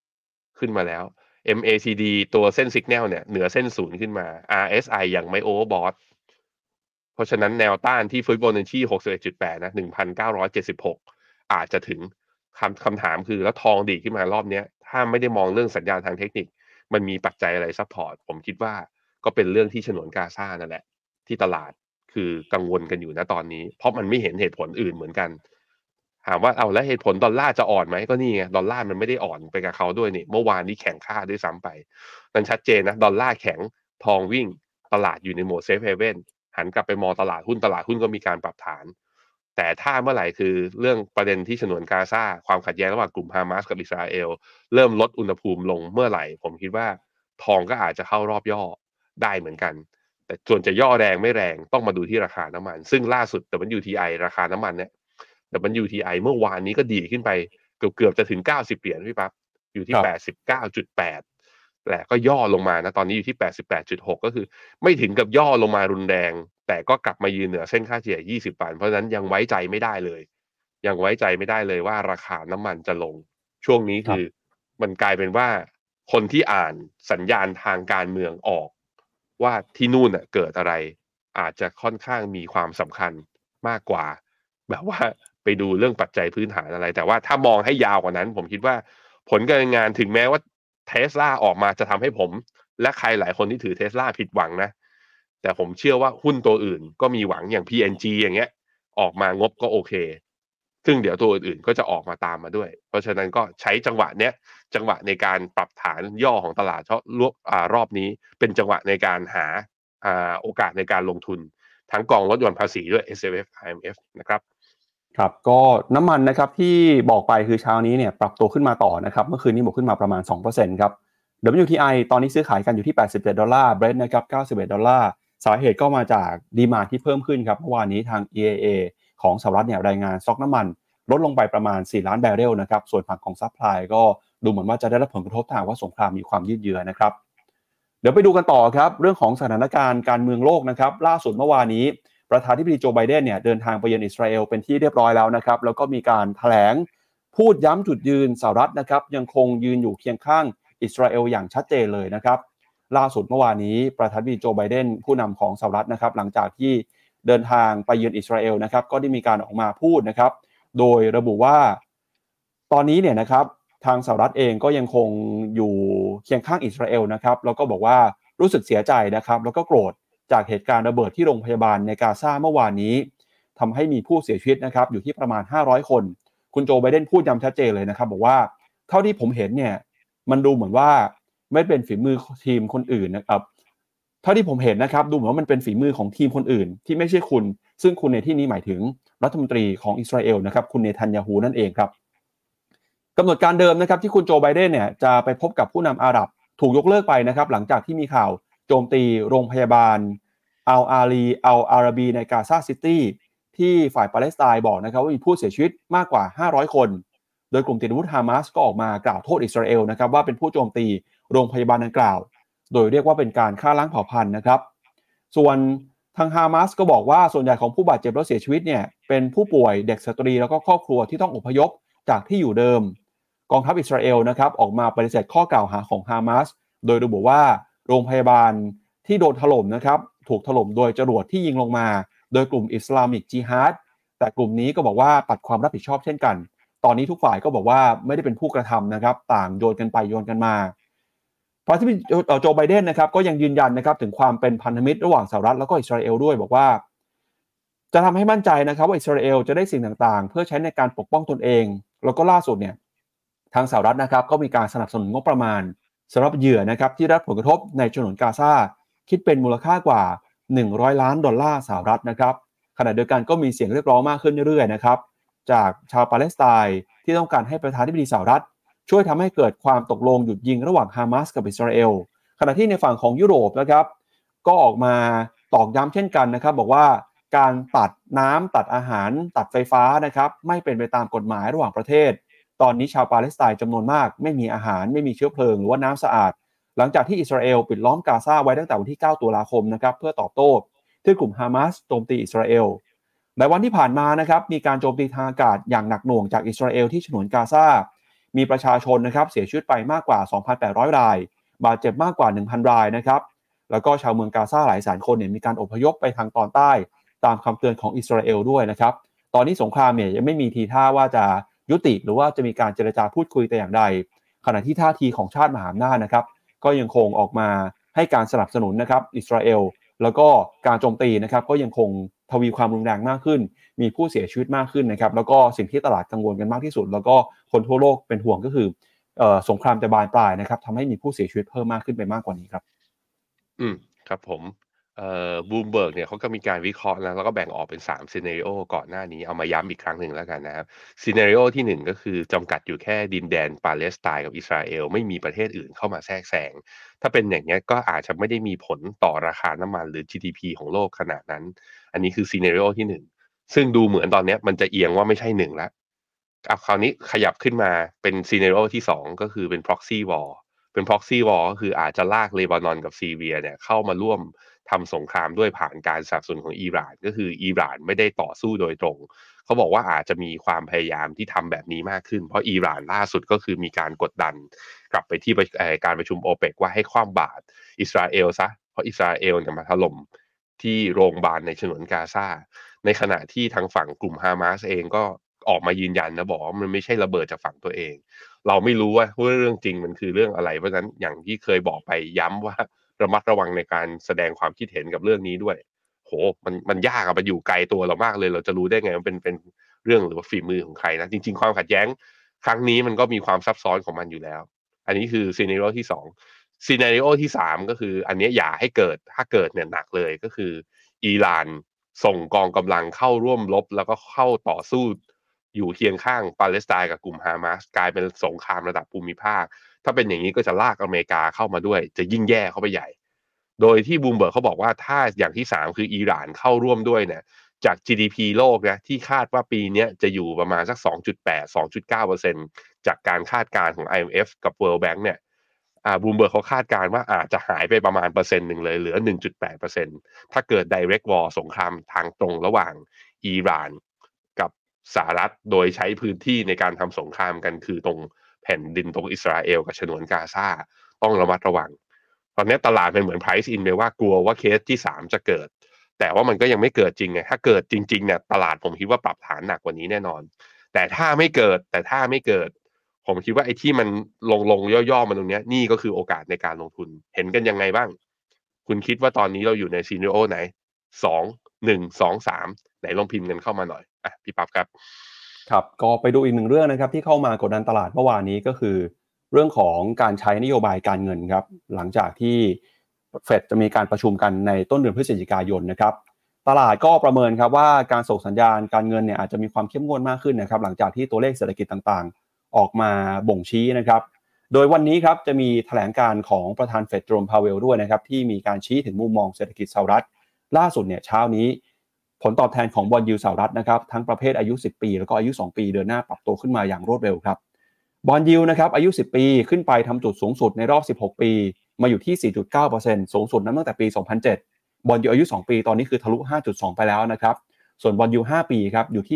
MACD ตัวเส้น Signal เนี่ยเหนือเส้นศูนย์ขึ้นมา RSI ยังไม่ overbought เพราะฉะนั้นแนวต้านที่ Fibonacci 61.8 นะ 1,976 อาจจะถึงคำถามคือแล้วทองดีดขึ้นมารอบเนี้ยถ้าไม่ได้มองเรื่องสัญญาณทางเทคนิคมันมีปัจจัยอะไรซัปพอร์ตผมคิดว่าก็เป็นเรื่องที่ฉนวนกาซานั่นแหละที่ตลาดคือกังวลกันอยู่ณตอนนี้เพราะมันไม่เห็นเหตุผลอื่นเหมือนกันถามว่าเอาแล้วเหตุผลดอลลาร์จะอ่อนไหมก็นี่ไงดอลลาร์มันไม่ได้อ่อนไปกับเขาด้วยนี่เมื่อวานนี้แข็งค่าด้วยซ้ำไปมันชัดเจนนะดอลลาร์แข็งทองวิ่งตลาดอยู่ในโหมดเซฟเฮเว่นหันกลับไปมองตลาดหุ้นก็มีการปรับฐานแต่ถ้าเมื่อไหร่คือเรื่องประเด็นที่ฉนวนกาซาความขัดแย้งระหว่างกลุ่มฮามาสกับอิสราเอลเริ่มลดอุณหภูมิลงเมื่อไหร่ผมคิดว่าทองก็อาจจะเข้ารอบย่อได้เหมือนกันแต่ส่วนจะย่อแรงไม่แรงต้องมาดูที่ราคาน้ำมันซึ่งล่าสุด WTI ราคาน้ำมันเนี่ยWTI เมื่อวานนี้ก็ดีขึ้นไปเกือบจะถึง90เหรียญพี่ปั๊บอยู่ที่ครับ 89.8 แหละก็ย่อลงมานะตอนนี้อยู่ที่ 88.6 ก็คือไม่ถึงกับย่อลงมารุนแรงแต่ก็กลับมายืนเหนือเส้นค่าเฉลี่ย20 วันเพราะฉะนั้นยังไว้ใจไม่ได้เลยยังไว้ใจไม่ได้เลยว่าราคาน้ำมันจะลงช่วงนี้คือมันกลายเป็นว่าคนที่อ่านสัญญาณทางการเมืองออกว่าที่นู่นเกิดอะไรอาจจะค่อนข้างมีความสำคัญมากกว่าแบบว่าไปดูเรื่องปัจจัยพื้นฐานอะไรแต่ว่าถ้ามองให้ยาวกว่านั้นผมคิดว่าผลการงานถึงแม้ว่า Tesla ออกมาจะทำให้ผมและใครหลายคนที่ถือ Tesla ผิดหวังนะแต่ผมเชื่อว่าหุ้นตัวอื่นก็มีหวังอย่าง P&G อย่างเงี้ยออกมางบก็โอเคซึ่งเดี๋ยวตัวอื่นๆก็จะออกมาตามมาด้วยเพราะฉะนั้นก็ใช้จังหวะเนี้ยจังหวะในการปรับฐานย่อของตลาดรอบนี้เป็นจังหวะในการหาโอกาสในการลงทุนทั้งกองลดหย่อนภาษีด้วย S&P IMF นะครับครับก็น้ำมันนะครับที่บอกไปคือเช้านี้เนี่ยปรับตัวขึ้นมาต่อนะครับเมื่อคืนนี้บวกขึ้นมาประมาณ 2% ครับ WTI ตอนนี้ซื้อขายกันอยู่ที่$87 Brent นะครับ$91สาเหตุก็มาจากดีมานด์ที่เพิ่มขึ้นครับเมื่อวานนี้ทาง EIA ของสหรัฐเนี่ยรายงานสต็อกน้ำมันลดลงไปประมาณ4ล้านแบเรลนะครับส่วนฝั่งของซัพพลายก็ดูเหมือนว่าจะได้รับผลกระทบทางว่าสงครามมีความยืดเยื้อนะครับเดี๋ยวไปดูกันต่อครับเรื่องของสถานการณ์การเมืองโลกนะครับล่าสุดเมื่อวานนี้ประธานาธิบดีโจไบเดนเนี่ยเดินทางไปเยือนอิสราเอลเป็นที่เรียบร้อยแล้วนะครับแล้วก็มีการแถลงพูดย้ำจุดยืนสหรัฐนะครับยังคงยืนอยู่เคียงข้างอิสราเอลอย่างชัดเจนเลยนะครับล่าสุดเมื่อวานนี้ประธานาธิบดีโจไบเดนผู้นำของสหรัฐนะครับหลังจากที่เดินทางไปเยือนอิสราเอลนะครับก็ได้มีการออกมาพูดนะครับโดยระบุว่าตอนนี้เนี่ยนะครับทางสหรัฐเองก็ยังคงอยู่เคียงข้างอิสราเอลนะครับแล้วก็บอกว่ารู้สึกเสียใจนะครับแล้วก็โกรธจากเหตุการณ์ระเบิดที่โรงพยาบาลในกาซาเมื่อวานนี้ทำให้มีผู้เสียชีวิตนะครับอยู่ที่ประมาณ500คนคุณโจไบเดนพูดย้ำชัดเจนเลยนะครับบอกว่าเท่าที่ผมเห็นเนี่ยมันดูเหมือนว่าไม่เป็นฝีมือทีมคนอื่นนะครับเท่าที่ผมเห็นนะครับดูเหมือนว่ามันเป็นฝีมือของทีมคนอื่นที่ไม่ใช่คุณซึ่งคุณในที่นี้หมายถึงรัฐมนตรีของอิสราเอลนะครับคุณเนทันยาฮูนั่นเองครับกำหนดการเดิมนะครับที่คุณโจไบเดนเนี่ยจะไปพบกับผู้นำอาหรับถูกยกเลิกไปนะครับหลังจากที่มีข่าวโจมตีโรงพยาบาลอัลอาลีอัลอาราบีในกาซาซิตี้ที่ฝ่ายปาเลสไตน์บอกนะครับว่ามีผู้เสียชีวิตมากกว่า500คนโดยกลุ่มติดอาวุธฮามาสก็ออกมากล่าวโทษอิสราเอลนะครับว่าเป็นผู้โจมตีโรงพยาบาลดังกล่าวโดยเรียกว่าเป็นการฆ่าล้างเผ่าพันธุ์นะครับส่วนทางฮามาสก็บอกว่าส่วนใหญ่ของผู้บาดเจ็บและเสียชีวิตเนี่ยเป็นผู้ป่วยเด็กสตรีแล้วก็ครอบครัวที่ต้องอพยพจากที่อยู่เดิมกองทัพอิสราเอลนะครับออกมาปฏิเสธข้อกล่าวหาของฮามาสโดยระบุว่าโรงพยาบาลที่โดนถล่มนะครับถูกถล่มโดยจรวดที่ยิงลงมาโดยกลุ่มอิสลามิกจิฮาดแต่กลุ่มนี้ก็บอกว่าปัดความรับผิดชอบเช่นกันตอนนี้ทุกฝ่ายก็บอกว่าไม่ได้เป็นผู้กระทำนะครับต่างโยนกันไปโยนกันมาประธานาธิบดีโจไบเดนนะครับก็ยังยืนยันนะครับถึงความเป็นพันธมิตรระหว่างสหรัฐแล้วก็อิสราเอลด้วยบอกว่าจะทำให้มั่นใจนะครับว่าอิสราเอลจะได้สิ่งต่างๆเพื่อใช้ในการปกป้องตนเองแล้วก็ล่าสุดเนี่ยทางสหรัฐนะครับก็มีการสนับสนุนงบประมาณสำหรับเหยื่อนะครับที่ได้รับผลกระทบในฉนวนกาซาคิดเป็นมูลค่ากว่า$100 ล้านสหรัฐนะครับขณะเดียวกันก็มีเสียงเรียกร้องมากขึ้นเรื่อยๆนะครับจากชาวปาเลสไตน์ที่ต้องการให้ประธานาธิบดีสหรัฐช่วยทำให้เกิดความตกลงหยุดยิงระหว่างฮามาสกับอิสราเอลขณะที่ในฝั่งของยุโรปนะครับก็ออกมาตอกย้ำเช่นกันนะครับบอกว่าการตัดน้ำตัดอาหารตัดไฟฟ้านะครับไม่เป็นไปตามกฎหมายระหว่างประเทศตอนนี้ชาวปาเลสไตน์จำนวนมากไม่มีอาหารไม่มีเชื้อเพลิงหรือว่าน้ำสะอาดหลังจากที่อิสราเอลปิดล้อมกาซาไว้ตั้งแต่วันที่9 ตุลาคมนะครับเพื่อตอบโต้ที่กลุ่มฮามาสโจมตีอิสราเอลในวันที่ผ่านมานะครับมีการโจมตีทางอากาศอย่างหนักหน่วงจากอิสราเอลที่ฉนวนกาซามีประชาชนนะครับเสียชีวิตไปมากกว่า 2,800 รายบาดเจ็บมากกว่า 1,000 รายนะครับแล้วก็ชาวเมืองกาซาหลายแสนคนเนี่ยมีการอพยพไปทางตอนใต้ตามคำเตือนของอิสราเอลด้วยนะครับตอนนี้สงครามเนี่ยยังไม่มีทีท่าว่าจะยุติหรือว่าจะมีการเจรจาพูดคุยแต่อย่างใดขณะที่ท่าทีของชาติมหาอำนาจนะครับก็ยังคงออกมาให้การสนับสนุนนะครับอิสราเอลแล้วก็การโจมตีนะครับก็ยังคงทวีความรุนแรงมากขึ้นมีผู้เสียชีวิตมากขึ้นนะครับแล้วก็สิ่งที่ตลาดกังวลกันมากที่สุดแล้วก็คนทั่วโลกเป็นห่วงก็คือสงครามจะบานปลายนะครับทำให้มีผู้เสียชีวิตเพิ่มมากขึ้นไปมากกว่านี้ครับครับผมบูมเบิร์กเนี่ยเขาก็มีการวิเคราะห์แล้วก็แบ่งออกเป็น3ซีนาริโอก่อนหน้านี้เอามาย้ำอีกครั้งหนึ่งแล้วกันนะครับซีนาริโอที่1ก็คือจำกัดอยู่แค่ดินแดนปาเลสไตน์กับอิสราเอลไม่มีประเทศอื่นเข้ามาแทรกแซงถ้าเป็นอย่างนี้ก็อาจจะไม่ได้มีผลต่อราคาน้ำมันหรือ GDP ของโลกขนาดนั้นอันนี้คือซีนาริโอที่1ซึ่งดูเหมือนตอนนี้มันจะเอียงว่าไม่ใช่1แล้วคราวนี้ขยับขึ้นมาเป็นซีเนโรที่2ก็คือเป็น proxy war เป็น proxy war ก็คืออาจจะลากเลบานอนกับซีเรียเนี่ยเข้ามาร่วมทำสงครามด้วยผ่านการสนับสนุนของอิหร่านก็คืออิหร่านไม่ได้ต่อสู้โดยตรงเขาบอกว่าอาจจะมีความพยายามที่ทำแบบนี้มากขึ้นเพราะอิหร่านล่าสุดก็คือมีการกดดันกลับไปที่การประชุมโอเปกว่าให้คว่ำบาตรอิสราเอลซะเพราะอิสราเอลเนี่ยมาถล่มที่โรงพยาบาลในฉนวนกาซาในขณะที่ทางฝั่งกลุ่มฮามาสเองก็ออกมายืนยันนะบอกว่ามันไม่ใช่ระเบิดจากฝั่งตัวเองเราไม่รู้ว่าเรื่องจริงมันคือเรื่องอะไรเพราะฉะนั้นอย่างที่เคยบอกไปย้ำว่าระมัดระวังในการแสดงความคิดเห็นกับเรื่องนี้ด้วยโหมันยากอะมันอยู่ไกลตัวเรามากเลยเราจะรู้ได้ไงว่าเป็นเรื่องหรือว่าฝีมือของใครนะจริงๆความขัดแย้งครั้งนี้มันก็มีความซับซ้อนของมันอยู่แล้วอันนี้คือซีนาริโอที่2ซีนาริโอที่3ก็คืออันนี้อย่าให้เกิดถ้าเกิดเนี่ยหนักเลยก็คืออิหร่านส่งกองกำลังเข้าร่วมรบแล้วก็เข้าต่อสู้อยู่เคียงข้างปาเลสไตน์กับกลุ่มฮามาสกลายเป็นสงครามระดับภูมิภาคถ้าเป็นอย่างนี้ก็จะลากอเมริกาเข้ามาด้วยจะยิ่งแย่เข้าไปใหญ่โดยที่บูมเบิร์กเขาบอกว่าถ้าอย่างที่3คืออิหร่านเข้าร่วมด้วยเนี่ยจาก GDP โลกนะที่คาดว่าปีนี้จะอยู่ประมาณสัก 2.8-2.9% จากการคาดการณ์ของ IMF กับ World Bank เนี่ยบูมเบิร์กเขาคาดการณ์ว่าอาจจะหายไปประมาณ1%เลยเหลือ 1.8% ถ้าเกิด direct war สงครามทางตรงระหว่างอิหร่านกับสหรัฐโดยใช้พื้นที่ในการทำสงครามกันคือตรงแผ่นดินตรงอิสราเอลกับฉนวนกาซาต้องระมัดระวังตอนนี้ตลาดเป็นเหมือน price in ไปว่ากลัวว่าเคสที่3จะเกิดแต่ว่ามันก็ยังไม่เกิดจริงไงถ้าเกิดจริงๆเนี่ยตลาดผมคิดว่าปรับฐานหนักกว่านี้แน่นอนแต่ถ้าไม่เกิดผมคิดว่าไอ้ที่มันลงย่อๆมันตรงนี้นี่ก็คือโอกาสในการลงทุนเห็นกันยังไงบ้างคุณคิดว่าตอนนี้เราอยู่ในซีนาริโอไหน1 2 3ไหนลองพิมพ์กันเข้ามาหน่อยพี่ปั๊บครับครับก็ไปดูอีกหนึ่งเรื่องนะครับที่เข้ามากดดันตลาดเมื่อวานนี้ก็คือเรื่องของการใช้นโยบายการเงินครับหลังจากที่เฟดจะมีการประชุมกันในต้นเดือนพฤศจิกายนนะครับตลาดก็ประเมินครับว่าการส่งสัญญาณการเงินเนี่ยอาจจะมีความเข้มงวดมากขึ้นนะครับหลังจากที่ตัวเลขเศรษฐกิจต่างๆออกมาบ่งชี้นะครับโดยวันนี้ครับจะมีแถลงการของประธานเฟดเจอโรมพาเวลด้วยนะครับที่มีการชี้ถึงมุมมองเศรษฐกิจสหรัฐล่าสุดเนี่ยเช้านี้ผลตอบแทนของบอนด์ยิลด์สหรัฐนะครับทั้งประเภทอายุ10ปีแล้วก็อายุ2ปีเดินหน้าปรับตัวขึ้นมาอย่างรวดเร็วครับบอนด์ยิลด์นะครับอายุ10ปีขึ้นไปทำจุดสูงสุดในรอบ16ปีมาอยู่ที่ 4.9% สูงสุดนั้นตั้งแต่ปี 2007บอนด์ยิลด์อายุ2ปีตอนนี้คือทะลุ 5.2 ไปแล้วนะครับส่วนบอนด์ยิลด์5ปีครับอยู่ที่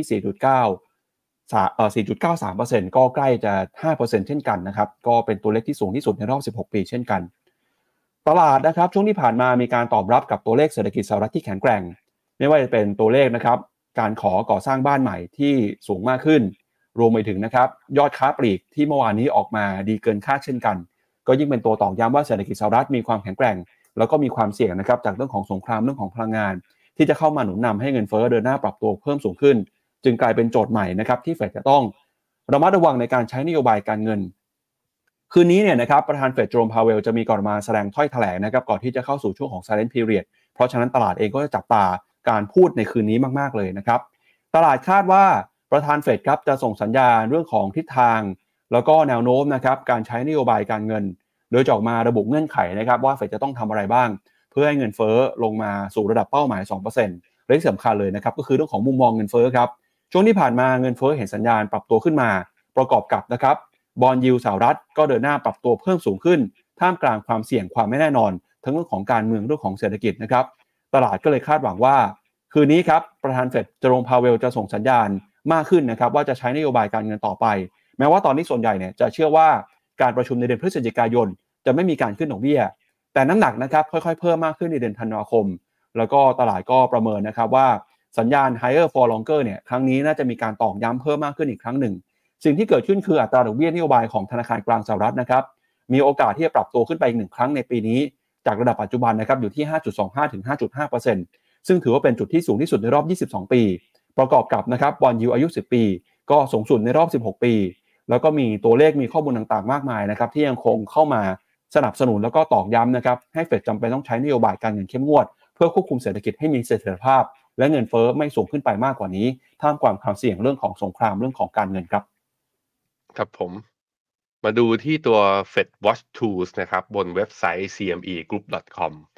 4.93% ก็ใกล้จะ 5% เช่นกันนะครับก็เป็นตัวเลขที่สูงที่สุดในรอบ16ปีเช่นกันตลาดนะครับช่วงที่ผ่านมามีการตอบรับกับตัวเลขเศรษฐกิจสหรัฐที่แข็งแกร่งไม่ว่าจะเป็นตัวเลขนะครับการขอก่อสร้างบ้านใหม่ที่สูงมากขึ้นรวมไปถึงนะครับยอดค้าปลีกที่เมื่อวานนี้ออกมาดีเกินคาดเช่นกันก็ยิ่งเป็นตัวตอกย้ำว่าเศรษฐกิจสหรัฐมีความแข็งแกร่งแล้วก็มีความเสี่ยงนะครับจากเรื่องของสงครามเรื่องของพลังงานที่จะเข้ามาหนุนนำให้เงินเฟ้อเดินหน้าปรับตัวเพิ่มสูงขึ้นจึงกลายเป็นโจทย์ใหม่นะครับที่เฟดจะต้องระมัดระวังในการใช้นโยบายการเงินคืนนี้เนี่ยนะครับประธานเฟดเจอโรมพาเวลจะมีก่อนมาแสดงถ้อยแถลงนะครับก่อนที่จะเข้าสู่ช่วงของ Silent Period เพราะฉะนั้นตลาดเองก็จะจับตาการพูดในคืนนี้มากๆเลยนะครับตลาดคาดว่าประธานเฟดครับจะส่งสัญญาณเรื่องของทิศทางแล้วก็แนวโน้มนะครับการใช้นโยบายการเงินโดยจะออกมาระบุเงื่อนไขนะครับว่าเฟดจะต้องทำอะไรบ้างเพื่อให้เงินเฟ้อลงมาสู่ระดับเป้าหมาย 2% และที่สำคัญเลยนะครับก็คือเรื่องของมุมมองเงินเฟ้อครับช่วงที่ผ่านมาเงินเฟ้อเห็นสัญญาณปรับตัวขึ้นมาประกอบกับนะครับบอนด์ยิลด์สหรัฐก็เดินหน้าปรับตัวเพิ่มสูงขึ้นท่ามกลางความเสี่ยงความไม่แน่นอนทั้งเรื่องของการเมืองเรื่องของเศรษฐกิจนะครับตลาดก็เลยคาดหวังว่าคืนนี้ครับประธานเฟดเจอโรมพาเวลจะส่งสัญญาณมากขึ้นนะครับว่าจะใช้นโยบายการเงินต่อไปแม้ว่าตอนนี้ส่วนใหญ่เนี่ยจะเชื่อว่าการประชุมในเดือนพฤศจิกายนจะไม่มีการขึ้นดอกเบี้ยแต่น้ำหนักนะครับค่อยๆเพิ่มมากขึ้นในเดือนธันวาคมแล้วก็ตลาดก็ประเมินนะครับว่าสัญญาณ higher for longer เนี่ยครั้งนี้น่าจะมีการตอกย้ำเพิ่มมากขึ้นอีกครั้งหนึ่งสิ่งที่เกิดขึ้นคืออัตราดอกเบี้ยนโยบายของธนาคารกลางสหรัฐนะครับมีโอกาสที่จะปรับตัวขึ้นไปอีก1ครั้งในปีนี้จากระดับปัจจุบันนะครับอยู่ที่ 5.25 ถึง 5.5% ซึ่งถือว่าเป็นจุดที่สูงที่สุดในรอบ22ปีประกอบกับนะครับบอนด์ยิลด์อายุ10ปีก็สูงสุดในรอบ16ปีแล้วก็มีตัวเลขมีข้อมูลต่างๆมากมายนะครับที่ยังคงเข้ามาสนับสนุนแล้วก็ตอกย้ำนะครับให้เฟดจำเป็นต้องใช้นโยบายการเงินเข้มงวดเพื่อควบคุมเศรษฐกิจให้มีเสถียรภาพและเงินเฟ้อไม่สูงขึ้นไปมากกว่านี้ท่ามกลางความเสี่ยงเรื่องของสงครามเรื่องของการเงินครับครับผมมาดูที่ตัว Fed Watch Tools นะครับบนเว็บไซต์ cmegroup.com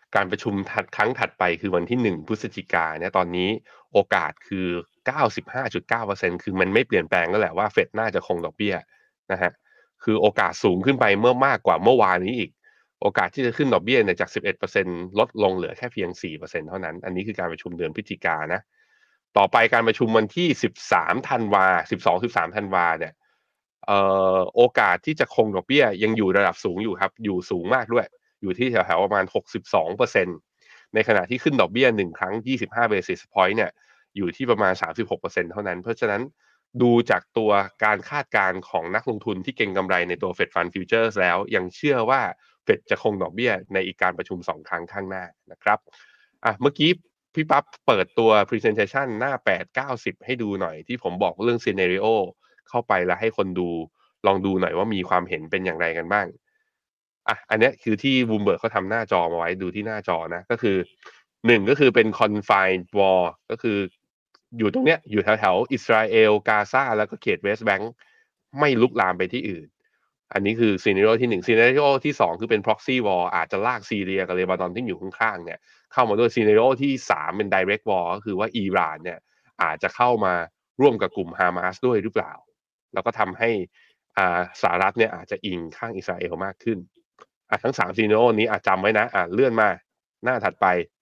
การประชุมครั้งถัดไปคือวันที่1พฤศจิกายนเนี่ยตอนนี้โอกาสคือ 95.9% คือมันไม่เปลี่ยนแปลงแล้วแหละว่าเฟดน่าจะคงดอกเบี้ยนะฮะคือโอกาสสูงขึ้นไปเมื่อมากกว่าเมื่อวานนี้อีกโอกาสที่จะขึ้นดอกเบี้ยเนี่ยจาก 11% ลดลงเหลือแค่เพียง 4% เท่านั้นอันนี้คือการประชุมเดือนพฤศจิกายนนะต่อไปการประชุมวันที่13ธันวา12-13ธันวาเนี่ยโอกาสที่จะคงดอกเบี้ยยังอยู่ระดับสูงอยู่ครับอยู่สูงมากด้วยอยู่ที่แถวๆประมาณ 62% ในขณะที่ขึ้นดอกเบี้ย1ครั้ง25 basis point เนี่ยอยู่ที่ประมาณ 36% เท่านั้นเพราะฉะนั้นดูจากตัวการคาดการณ์ของนักลงทุนที่เก็งกำไรในตัว Fed Fund Futures แล้วยังเชื่อว่าเฟดจะคงดอกเบี้ยในอีกการประชุม2ครั้งข้างหน้านะครับเมื่อกี้พี่ปั๊บเปิดตัว presentation หน้า8-90ให้ดูหน่อยที่ผมบอกเรื่อง scenario เข้าไปแล้วให้คนดูลองดูหน่อยว่ามีความเห็นเป็นอย่างไรกันบ้างอันนี้คือที่ Bloomberg เขาทำหน้าจอมาไว้ดูที่หน้าจอนะก็คือ1ก็คือเป็น confined war ก็คืออยู่ตรงเนี้ยอยู่แถวๆอิสราเอลกาซาแล้วก็เขตเวสต์แบงก์ไม่ลุกลามไปที่อื่นอันนี้คือซีนาริโอที่1ซีนาริโอที่2คือเป็น proxy war อาจจะลากซีเรียกับเลบานอนที่อยู่ข้างๆเนี่ยเข้ามาด้วยซีนาริโอที่3เป็น direct war ก็คือว่าอิหร่านเนี่ยอาจจะเข้ามาร่วมกับกลุ่มฮามาสด้วยหรือเปล่าแล้วก็ทำให้สหรัฐเนี่ยอาจจะอิงข้างอิสราเอลมากขึ้นทั้ง3ซีนาริโอนี้จำไว้นะเลื่อนมาหน้าถัดไป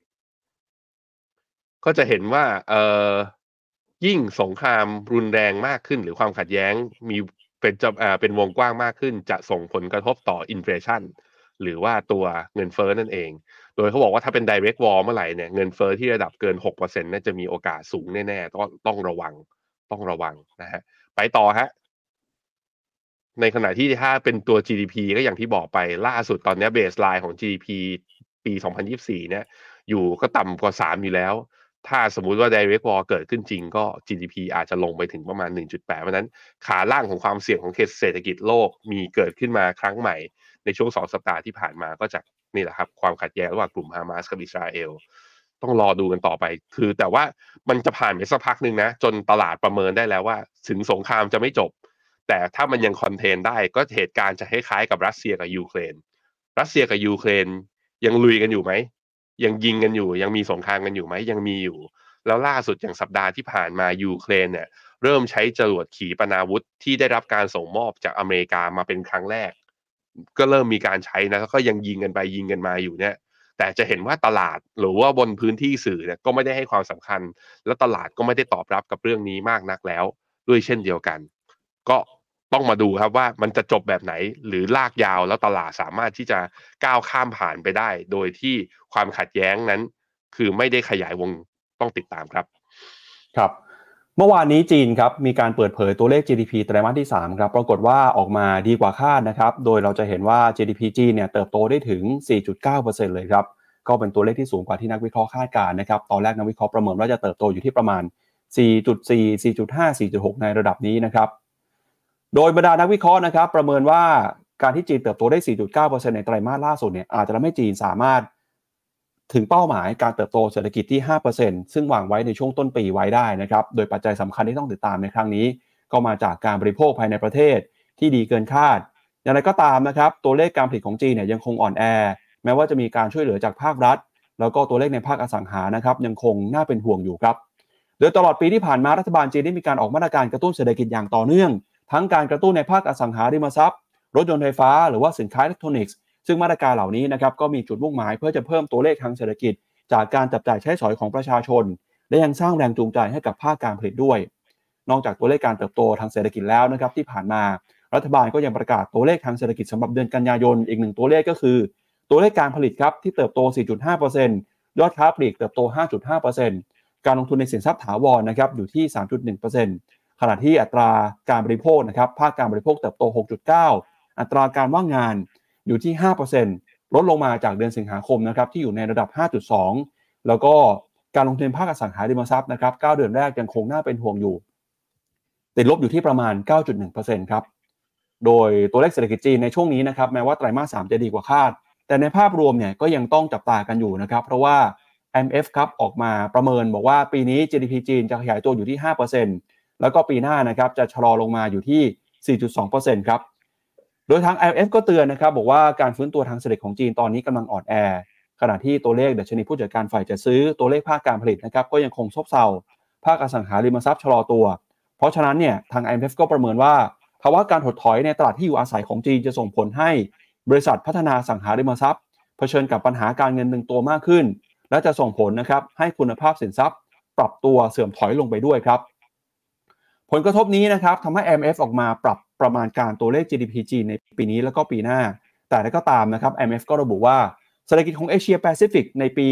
ก็จะเห็นว่ายิ่งสงครามรุนแรงมากขึ้นหรือความขัดแย้งมีเป็นวงกว้างมากขึ้นจะส่งผลกระทบต่ออินเฟลชันหรือว่าตัวเงินเฟ้อนั่นเองโดยเขาบอกว่าถ้าเป็น direct war เมื่อไหร่เนี่ยเงินเฟ้อที่ระดับเกิน 6% น่าจะมีโอกาสสูงแน่ๆต้องระวังนะฮะไปต่อฮะในขณะที่ถ้าเป็นตัว GDP ก็อย่างที่บอกไปล่าสุดตอนนี้เบสไลน์ของ GDP ปี 2024 เนี่ยอยู่ก็ต่ำกว่า3อยู่แล้วถ้าสมมุติว่า direct war เกิดขึ้นจริงก็ GDP อาจจะลงไปถึงประมาณ 1.8 เพราะนั้นขาล่างของความเสี่ยงของเศรษฐกิจโลกมีเกิดขึ้นมาครั้งใหม่ในช่วง2สัปดาห์ที่ผ่านมาก็จากนี่แหละครับความขัดแย้งระหว่างกลุ่มฮามาสกับอิสราเอลต้องรอดูกันต่อไปคือแต่ว่ามันจะผ่านไปสักพักนึงนะจนตลาดประเมินได้แล้วว่าถึงสงครามจะไม่จบแต่ถ้ามันยังคอนเทนได้ก็เหตุการณ์จะคล้ายๆกับรัสเซียกับยูเครนยังลุยกันอยู่ไหมยังยิงกันอยู่ยังมีสงครามกันอยู่ไหมยังมีอยู่แล้วล่าสุดอย่างสัปดาห์ที่ผ่านมายูเครนเนี่ยเริ่มใช้จรวดขีปนาวุธที่ได้รับการส่งมอบจากอเมริกามาเป็นครั้งแรกก็เริ่มมีการใช้นะแล้วก็ยังยิงกันไปยิงกันมาอยู่เนี่ยแต่จะเห็นว่าตลาดหรือว่าบนพื้นที่สื่อเนี่ยก็ไม่ได้ให้ความสำคัญและตลาดก็ไม่ได้ตอบรับกับเรื่องนี้มากนักแล้วด้วยเช่นเดียวกันก็ต้องมาดูครับว่ามันจะจบแบบไหนหรือลากยาวแล้วตลาดสามารถที่จะก้าวข้ามผ่านไปได้โดยที่ความขัดแย้งนั้นคือไม่ได้ขยายวงต้องติดตามครับครับเมื่อวานนี้จีนครับมีการเปิดเผยตัวเลข GDP ไตรมาสที่3ครับปรากฏว่าออกมาดีกว่าคาดนะครับโดยเราจะเห็นว่า GDP จีนเนี่ยเติบโตได้ถึง 4.9% เลยครับก็เป็นตัวเลขที่สูงกว่าที่นักวิเคราะห์คาดการณ์นะครับตอนแรกนักวิเคราะห์ประเมินว่าจะเติบโตอยู่ที่ประมาณ 4.4 4.5 4.6 ในระดับนี้นะครับโดยบรรดานักวิเคราะห์นะครับประเมินว่าการที่จีนเติบโตได้ 4.9% ในไตรมาสล่าสุดเนี่ยอาจจะทำให้จีนสามารถถึงเป้าหมายการเติบโตเศรษฐกิจที่ 5% ซึ่งวางไว้ในช่วงต้นปีไว้ได้นะครับโดยปัจจัยสำคัญที่ต้องติดตามในครั้งนี้ก็มาจากการบริโภคภายในประเทศที่ดีเกินคาดอย่างไรก็ตามนะครับตัวเลขการผลิตของจีนเนี่ยยังคงอ่อนแอแม้ว่าจะมีการช่วยเหลือจากภาครัฐแล้วก็ตัวเลขในภาคอสังหานะครับยังคงน่าเป็นห่วงอยู่ครับโดยตลอดปีที่ผ่านมารัฐบาลจีนได้มีการออกมาตรการกระตุ้นเศรษฐกิจอย่างต่อเนื่องทั้งการกระตุ้นในภาคอสังหาริมทรัพย์รถยนต์ไฟฟ้าหรือว่าสินค้าอิเล็กทรอนิกส์ซึ่งมาตรการเหล่านี้นะครับก็มีจุดมุ่งหมายเพื่อจะเพิ่มตัวเลขทางเศรษฐกิจจากการจับจ่ายใช้สอยของประชาชนและยังสร้างแรงจูงใจให้กับภาคการผลิตด้วยนอกจากตัวเลขการเติบโตทางเศรษฐกิจแล้วนะครับที่ผ่านมารัฐบาลก็ยังประกาศตัวเลขทางเศรษฐกิจสำหรับเดือนกันยายนอีกหนึ่งตัวเลขก็คือตัวเลขการผลิตครับที่เติบโต 4.5% ยอดค้าปลีกเติบโต 5.5% การลงทุนในสินทรัพย์ถาวรนะครับอยู่ที่ 3.1% ขณะที่อัตราการบริโภคนะครับภาคการบริโภคเติบโต 6.9% อัตราการว่างงานอยู่ที่ 5%ลดลงมาจากเดือนสิงหาคมนะครับที่อยู่ในระดับ 5.2 แล้วก็การลงทุนภาคอสังหาริมทรัพย์นะครับ9เดือนแรกยังคงน่าเป็นห่วงอยู่ติดลบอยู่ที่ประมาณ 9.1% ครับโดยตัวเลขเศรษฐกิจจีนในช่วงนี้นะครับแม้ว่าไตรมาส3จะดีกว่าคาดแต่ในภาพรวมเนี่ยก็ยังต้องจับตากันอยู่นะครับเพราะว่า IMF ครับออกมาประเมินบอกว่าปีนี้ GDP จีนจะขยายตัวอยู่ที่ 5% แล้วก็ปีหน้านะครับจะชะลอลงมาอยู่ที่ 4.2% ครับโดยทาง IMF ก็เตือนนะครับบอกว่าการฟื้นตัวทางเศรษฐกิจของจีนตอนนี้กำลังอ่อนแอขณะที่ตัวเลขดัชนีผู้จัดการฝ่ายจัดซื้อตัวเลขภาคการผลิตนะครับก็ยังคงซบเซาภาคอสังหาริมทรัพย์ชะลอตัวเพราะฉะนั้นเนี่ยทาง IMF ก็ประเมินว่าภาวะการถดถอยในตลาดที่อยู่อาศัยของจีนจะส่งผลให้บริษัทพัฒนาอสังหาริมทรัพย์เผชิญกับปัญหาการเงินตึงตัวมากขึ้นและจะส่งผลนะครับให้คุณภาพสินทรัพย์ปรับตัวเสื่อมถอยลงไปด้วยครับผลกระทบนี้นะครับทำให้ IMF ออกมาปรับประมาณการตัวเลข GDP จีนในปีนี้แล้วก็ปีหน้าแต่ก็ตามนะครับ IMF ก็ระบุว่าเศรษฐกิจของเอเชียแปซิฟิกในปี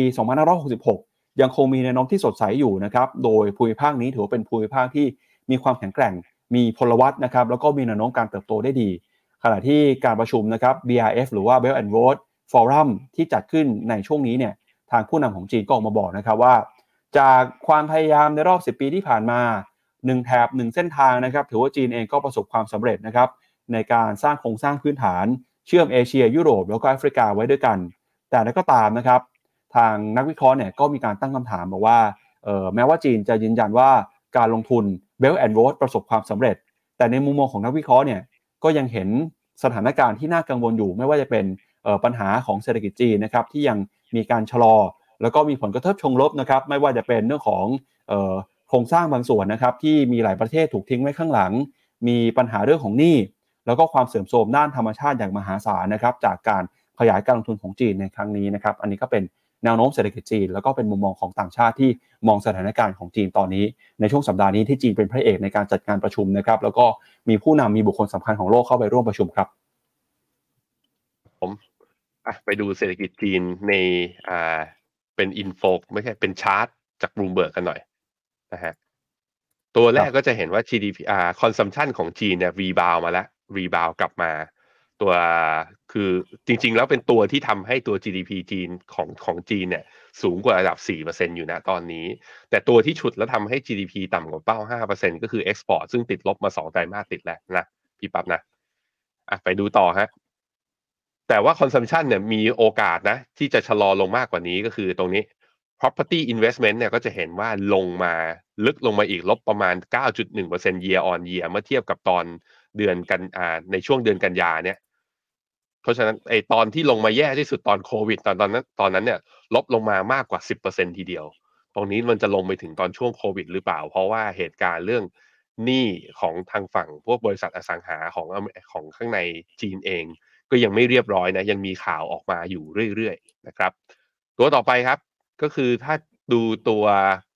2566 ยังคงมีแนวโน้มที่สดใสอยู่นะครับโดยภูมิภาคนี้ถือว่าเป็นภูมิภาคที่มีความแข็งแกร่งมีพลวัตนะครับแล้วก็มีแนวโน้มการเติบโตได้ดีขณะที่การประชุมนะครับ BRF หรือว่า Belt and Road Forum ที่จัดขึ้นในช่วงนี้เนี่ยทางผู้นำของจีนก็ออกมาบอกนะครับว่าจากความพยายามในรอบ10 ปีที่ผ่านมา1แถบ1เส้นทางนะครับถือว่าจีนเองก็ประสบความสำเร็จนะครับในการสร้างโครงสร้างพื้นฐานเชื่อมเอเชียยุโรปแล้วก็แอฟริกาไว้ด้วยกันแต่ก็ตามนะครับทางนักวิเคราะห์เนี่ยก็มีการตั้งคำถามบอกว่าแม้ว่าจีนจะยืนยันว่าการลงทุน Belt and Road ประสบความสำเร็จแต่ในมุมมองของนักวิเคราะห์เนี่ยก็ยังเห็นสถานการณ์ที่น่ากังวลอยู่ไม่ว่าจะเป็นปัญหาของเศรษฐกิจจีนนะครับที่ยังมีการชะลอแล้วก็มีผลกระทบเชิงลบนะครับไม่ว่าจะเป็นเรื่องของโครงสร้างบางส่วนนะครับที่มีหลายประเทศถูกทิ้งไว้ข้างหลังมีปัญหาเรื่องของหนี้แล้วก็ความเสื่อมโทรมด้านธรรมชาติอย่างมหาศาลนะครับจากการขยายการลงทุนของจีนในครั้งนี้นะครับอันนี้ก็เป็นแนวโน้มเศรษฐกิจจีนแล้วก็เป็นมุมมองของต่างชาติที่มองสถานการณ์ของจีนตอนนี้ในช่วงสัปดาห์นี้ที่จีนเป็นพระเอกในการจัดการประชุมนะครับแล้วก็มีผู้นำมีบุคคลสำคัญของโลกเข้าไปร่วมประชุมครับผมไปดูเศรษฐกิจจีนในเป็นอินโฟไม่ใช่เป็นชาร์ตจาก Bloomberg กันหน่อยนะฮะตัวแรกก็จะเห็นว่า GDP consumption ของจีนเนี่ยรีบาวมาแล้วรีบาวกลับมาตัวคือจริงๆแล้วเป็นตัวที่ทำให้ตัว GDP จีนของจีนเนี่ยสูงกว่าระดับ 4% อยู่นะตอนนี้แต่ตัวที่ฉุดแล้วทำให้ GDP ต่ำกว่าเป้า 5% ก็คือ Export ซึ่งติดลบมา2ไตรมาสติดแล้วนะพี่ปั๊บนะไปดูต่อฮะแต่ว่า consumption เนี่ยมีโอกาสนะที่จะชะลอลงมากกว่านี้ก็คือตรงนี้ property investment เนี่ยก็จะเห็นว่าลงมาลึกลงมาอีกลบประมาณ 9.1% year on year เมื่อเทียบกับตอนเดือนกันในช่วงเดือนกันยาเนี่ยเพราะฉะนั้นตอนที่ลงมาแย่ที่สุดตอนโควิดตอนนั้นเนี่ยลบลงมามากกว่า 10% ทีเดียวตรงนี้มันจะลงไปถึงตอนช่วงโควิดหรือเปล่าเพราะว่าเหตุการณ์เรื่องหนี้ของทางฝั่งพวกบริษัทอสังหาของข้างในจีนเองก็ยังไม่เรียบร้อยนะยังมีข่าวออกมาอยู่เรื่อยๆนะครับตัวต่อไปครับก็คือถ้าดูตัว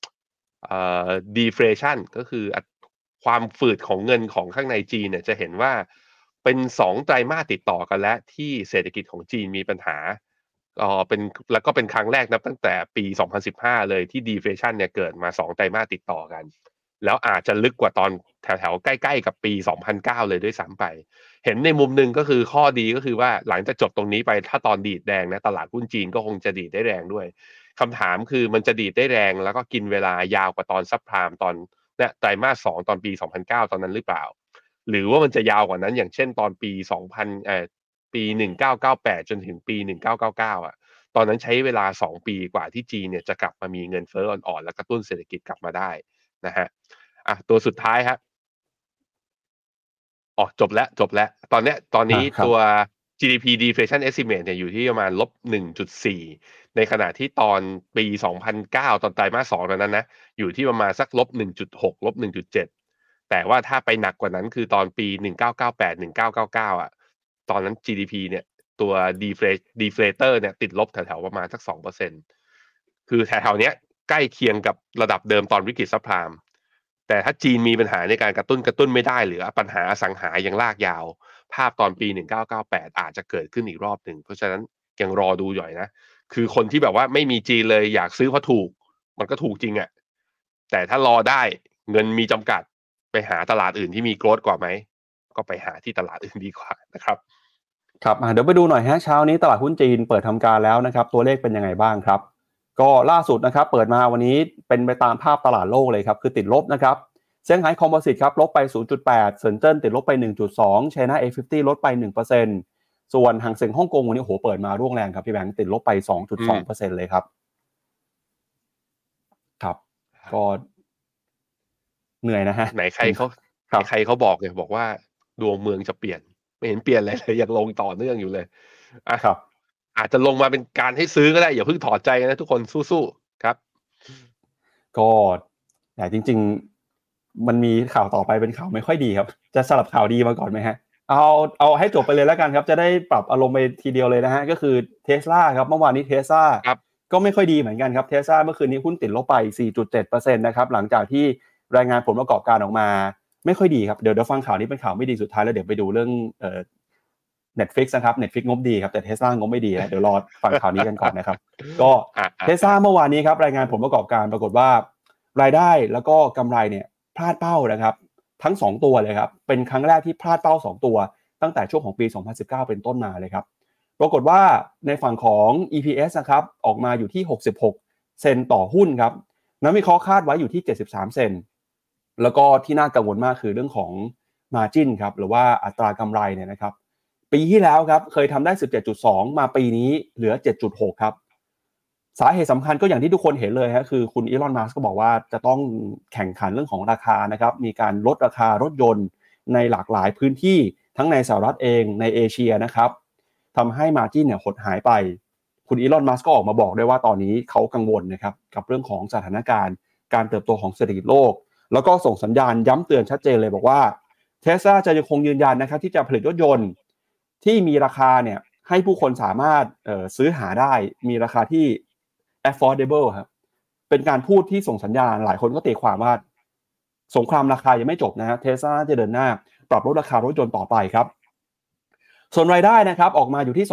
deflation ก็คือความฝืดของเงินของข้างในจีนเนี่ยจะเห็นว่าเป็น2ไตรมาสติดต่อกันแล้วที่เศรษฐกิจของจีนมีปัญหาเป็นแล้วก็เป็นครั้งแรกนับตั้งแต่ปี2015เลยที่ deflation เนี่ยเกิดมา2ไตรมาสติดต่อกันแล้วอาจจะลึกกว่าตอนแถวๆใกล้ๆกับปี2009เลยด้วยซ้ำไปเห็นในมุมนึงก็คือข้อดีก็คือว่าหลังจากจบตรงนี้ไปถ้าตอนดีดแดงนะตลาดหุ้นจีนก็คงจะดีดได้แรงด้วยคำถามคือมันจะดีดได้แรงแล้วก็กินเวลายาวกว่าตอนซับไพรม์ตอนเนี่ยไตรมาส2ตอนปี2009ตอนนั้นหรือเปล่าหรือว่ามันจะยาวกว่านั้นอย่างเช่นตอนปีปี1998จนถึงปี1999ตอนนั้นใช้เวลา2ปีกว่าที่จีนเนี่ยจะกลับมามีเงินเฟ้ออ่อนๆและกระตุ้นเศรษฐกิจกลับมาได้นะฮะตัวสุดท้ายครับจบแล้วตอนนี้ตัว GDP deflation estimate เนี่ยอยู่ที่ประมาณ -1.4 ในขณะที่ตอนปี2009ตอนไตรมาส2ตอนนั้นนะอยู่ที่ประมาณสัก -1.6 -1.7 แต่ว่าถ้าไปหนักกว่านั้นคือตอนปี1998 1999ตอนนั้น GDP เนี่ยตัว deflator เนี่ยติดลบแถวๆประมาณสัก 2% คือแถวๆเนี้ยใกล้เคียงกับระดับเดิมตอนวิกฤตซับไพรม์แต่ถ้าจีนมีปัญหาในการกระตุ้นไม่ได้หรือปัญหาอสังหายังลากยาวภาพตอนปี1998อาจจะเกิดขึ้นอีกรอบหนึ่งเพราะฉะนั้นยังรอดูหน่อยนะคือคนที่แบบว่าไม่มีจีนเลยอยากซื้อเพราะถูกมันก็ถูกจริงอะแต่ถ้ารอได้เงินมีจำกัดไปหาตลาดอื่นที่มีโกรธกว่าไหมก็ไปหาที่ตลาดอื่นดีกว่านะครับครับเดี๋ยวไปดูหน่อยฮะเช้านี้ตลาดหุ้นจีนเปิดทำการแล้วนะครับตัวเลขเป็นยังไงบ้างครับก็ล่าสุดนะครับเปิดมาวันนี้เป็นไปตามภาพตลาดโลกเลยครับคือติดลบนะครับเซี่ยงไฮ้คอมโพสิตครับลบไป 0.8 เซินเจิ้นติดลบไป 1.2 China A50 ลดไป 1% ส่วนหางเส็งฮ่องกงวันนี้โหเปิดมาร่วงแรงครับพี่แบงค์ติดลบไป 2.2% เลยครับครับก็เหนื่อยนะฮะไหนใครเขาบอกเนี่ยบอกว่าดวงเมืองจะเปลี่ยนไม่เห็นเปลี่ยนอะไรเลยยังลงต่อเนื่องอยู่เลยครับอาจจะลงมาเป็นการให้ซื้อก็ได้อย่าเพิ่งถอดใจนะทุกคนสู้ๆครับก็แต่จริงๆมันมีข่าวต่อไปเป็นข่าวไม่ค่อยดีครับจะสลับข่าวดีมาก่อนไหมฮะเอาให้จบไปเลยแล้วกันครับจะได้ปรับอารมณ์ไปทีเดียวเลยนะฮะก็คือ Tesla ครับเมื่อวานนี้ Tesla ครับก็ไม่ค่อยดีเหมือนกันครับ Tesla เมื่อคืนนี้หุ้นติดลบไป 4.7% นะครับหลังจากที่รายงานผลประกอบการออกมาไม่ค่อยดีครับเดี๋ยวฟังข่าวนี้เป็นข่าวไม่ดีสุดท้ายแล้วเดี๋ยวไปดูเรื่องNetflix นะครับ Netflix งบดีครับแต่ Tesla งบไม่ดีนะเดี๋ยวรอฟังข่าวนี้กันก่อนนะครับก็ Tesla เมื่อวานนี้ครับรายงานผลประกอบการปรากฏว่ารายได้แล้วก็กำไรเนี่ยพลาดเป้านะครับทั้ง2ตัวเลยครับเป็นครั้งแรกที่พลาดเป้า2ตัวตั้งแต่ช่วงของปี2019เป็นต้นมาเลยครับปรากฏว่าในฝั่งของ EPS นะครับออกมาอยู่ที่66เซนต์ต่อหุ้นครับนักวิเคราะห์คาดไว้อยู่ที่73เซนต์แล้วก็ที่น่ากังวลมากคือเรื่องของ margin ครับหรือว่าอัตรากำไรเนี่ยนะครับปีที่แล้วครับเคยทำได้ 17.2 มาปีนี้เหลือ 7.6 ครับสาเหตุสำคัญก็อย่างที่ทุกคนเห็นเลยฮะคือคุณอีลอนมัสก์ก็บอกว่าจะต้องแข่งขันเรื่องของราคานะครับมีการลดราคารถยนต์ในหลากหลายพื้นที่ทั้งในสหรัฐเองในเอเชียนะครับทำให้ margin เนี่ยหดหายไปคุณอีลอนมัสก์ก็ออกมาบอกด้วยว่าตอนนี้เขากังวลนะครับกับเรื่องของสถานการณ์การเติบโตของเศรษฐกิจโลกแล้วก็ส่งสัญญาณย้ำเตือนชัดเจนเลยบอกว่า Tesla จะยังคงยืนยันนะครับที่จะผลิตรถยนต์ที่มีราคาเนี่ยให้ผู้คนสามารถซื้อหาได้มีราคาที่ affordable ครับเป็นการพูดที่ส่งสัญญาณหลายคนก็ตีความว่าสงครามราคายังไม่จบนะฮะ Tesla จะเดินหน้าปรับลดราคารถยนต์ต่อไปครับส่วนรายได้นะครับออกมาอยู่ที่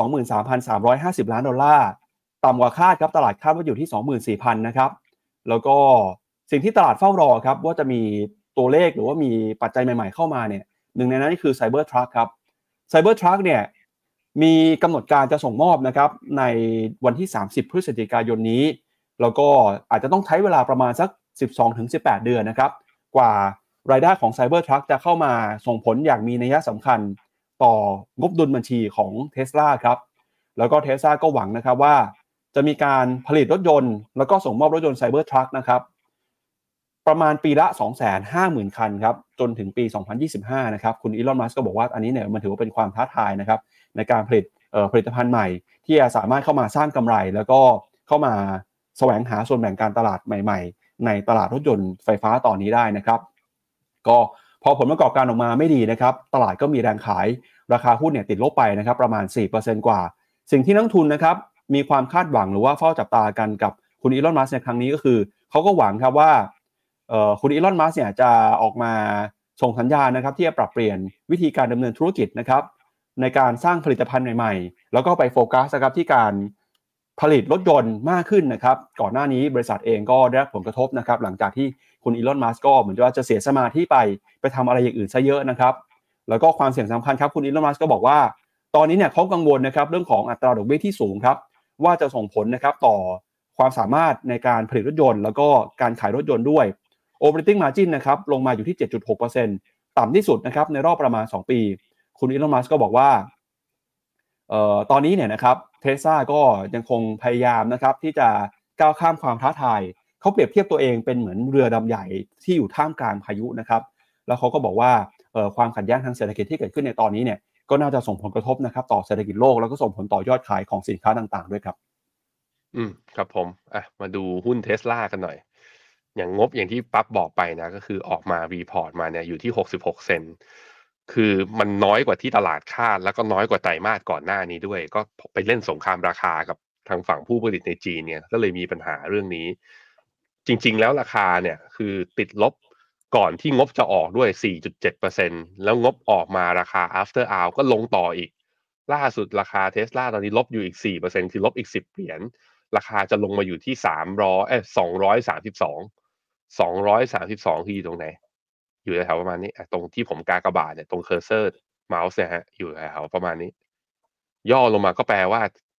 23,350 ล้านดอลลาร์ต่ำกว่าคาดครับตลาดคาดว่าอยู่ที่ 24,000 นะครับแล้วก็สิ่งที่ตลาดเฝ้ารอครับว่าจะมีตัวเลขหรือว่ามีปัจจัยใหม่ๆเข้ามาเนี่ยหนึ่งในนั้นคือ Cybertruck ครับ Cybertruck เนี่ยมีกำหนดการจะส่งมอบนะครับในวันที่30พฤศจิกายนนี้แล้วก็อาจจะต้องใช้เวลาประมาณสัก 12-18 เดือนนะครับกว่ารายได้ของ Cybertruck จะเข้ามาส่งผลอย่างมีนัยสำคัญต่องบดุลบัญชีของ Tesla ครับแล้วก็ Tesla ก็หวังนะครับว่าจะมีการผลิตรถยนต์แล้วก็ส่งมอบรถยนต์ Cybertruck นะครับประมาณปีละ 250,000 คันครับจนถึงปี 2025 นะครับคุณอีลอนมัสก์ก็บอกว่าอันนี้เนี่ยมันถือว่าเป็นความท้าทายนะครับในการผลิตผลิตภัณฑ์ใหม่ที่จะสามารถเข้ามาสร้างกำไรแล้วก็เข้ามาแสวงหาส่วนแบ่งการตลาดใหม่ๆในตลาดรถยนต์ไฟฟ้าตอนนี้ได้นะครับก็พอผลประกอบการออกมาไม่ดีนะครับตลาดก็มีแรงขายราคาหุ้นเนี่ยติดลบไปนะครับประมาณ 4% กว่าสิ่งที่นักทุนนะครับมีความคาดหวังหรือว่าเฝ้าจับตากันกับคุณอีลอนมัสก์ในครั้งนี้ก็คือเขาก็หวังครับว่าคุณอีลอนมัสก์เนี่ยจะออกมาส่งสัญญาณนะครับที่จะปรับเปลี่ยนวิธีการดำเนินธุรกิจนะครับในการสร้างผลิตภัณฑ์ใหม่ๆแล้วก็ไปโฟกัสนะครับที่การผลิตรถยนต์มากขึ้นนะครับก่อนหน้านี้บริษัทเองก็ได้รับผลกระทบนะครับหลังจากที่คุณอีลอนมัสก์ก็เหมือนว่าจะเสียสมาธิไปทำอะไรอย่างอื่นซะเยอะนะครับแล้วก็ความเสี่ยงสำคัญครับคุณอีลอนมัสก์ก็บอกว่าตอนนี้เนี่ยเขากังวลนะครับเรื่องของอัตราดอกเบี้ยที่สูงครับว่าจะส่งผลนะครับต่อความสามารถในการผลิตรถยนต์แล้วก็การขายรถยนต์ด้วย Operating Margin นะครับลงมาอยู่ที่ 7.6% ต่ำที่สุดนะครับในรอบประมาณ2ปีคุณอีลอนมัสก์ก็บอกว่าตอนนี้เนี่ยนะครับ Tesla ก็ยังคงพยายามนะครับที่จะก้าวข้ามความท้าทายเขาเปรียบเทียบตัวเองเป็นเหมือนเรือดำใหญ่ที่อยู่ท่ามกลางพายุนะครับแล้วเขาก็บอกว่าความขัดแย้งทางเศรษฐกิจที่เกิดขึ้นในตอนนี้เนี่ยก็น่าจะส่งผลกระทบนะครับต่อเศรษฐกิจโลกแล้วก็ส่งผลต่อยอดขายของสินค้าต่างๆด้วยครับครับผมมาดูหุ้น Tesla กันหน่อยอย่างงบอย่างที่ปั๊บบอกไปนะก็คือออกมารีพอร์ตมาเนี่ยอยู่ที่66เซนต์คือมันน้อยกว่าที่ตลาดคาดแล้วก็น้อยกว่าไตรมาสก่อนหน้านี้ด้วยก็ไปเล่นสงครามราคากับทางฝั่งผู้ผลิตในจีนเนี่ยก็เลยมีปัญหาเรื่องนี้จริงๆแล้วราคาเนี่ยคือติดลบก่อนที่งบจะออกด้วย 4.7% แล้วงบออกมาราคา after hour ก็ลงต่ออีกล่าสุดราคา Tesla ตอนนี้ลบอยู่อีก 4% คือลบอีก10เหรียญราคาจะลงมาอยู่ที่232ที่ตรงไหนอยู่แถวประมาณนี้ตรงที่ผมกากบาทเนี่ยตรงเคอร์เซอร์เมาส์เนี่ยฮะอยู่แถวประมาณนี้ย่อลงมาก็แปลว่า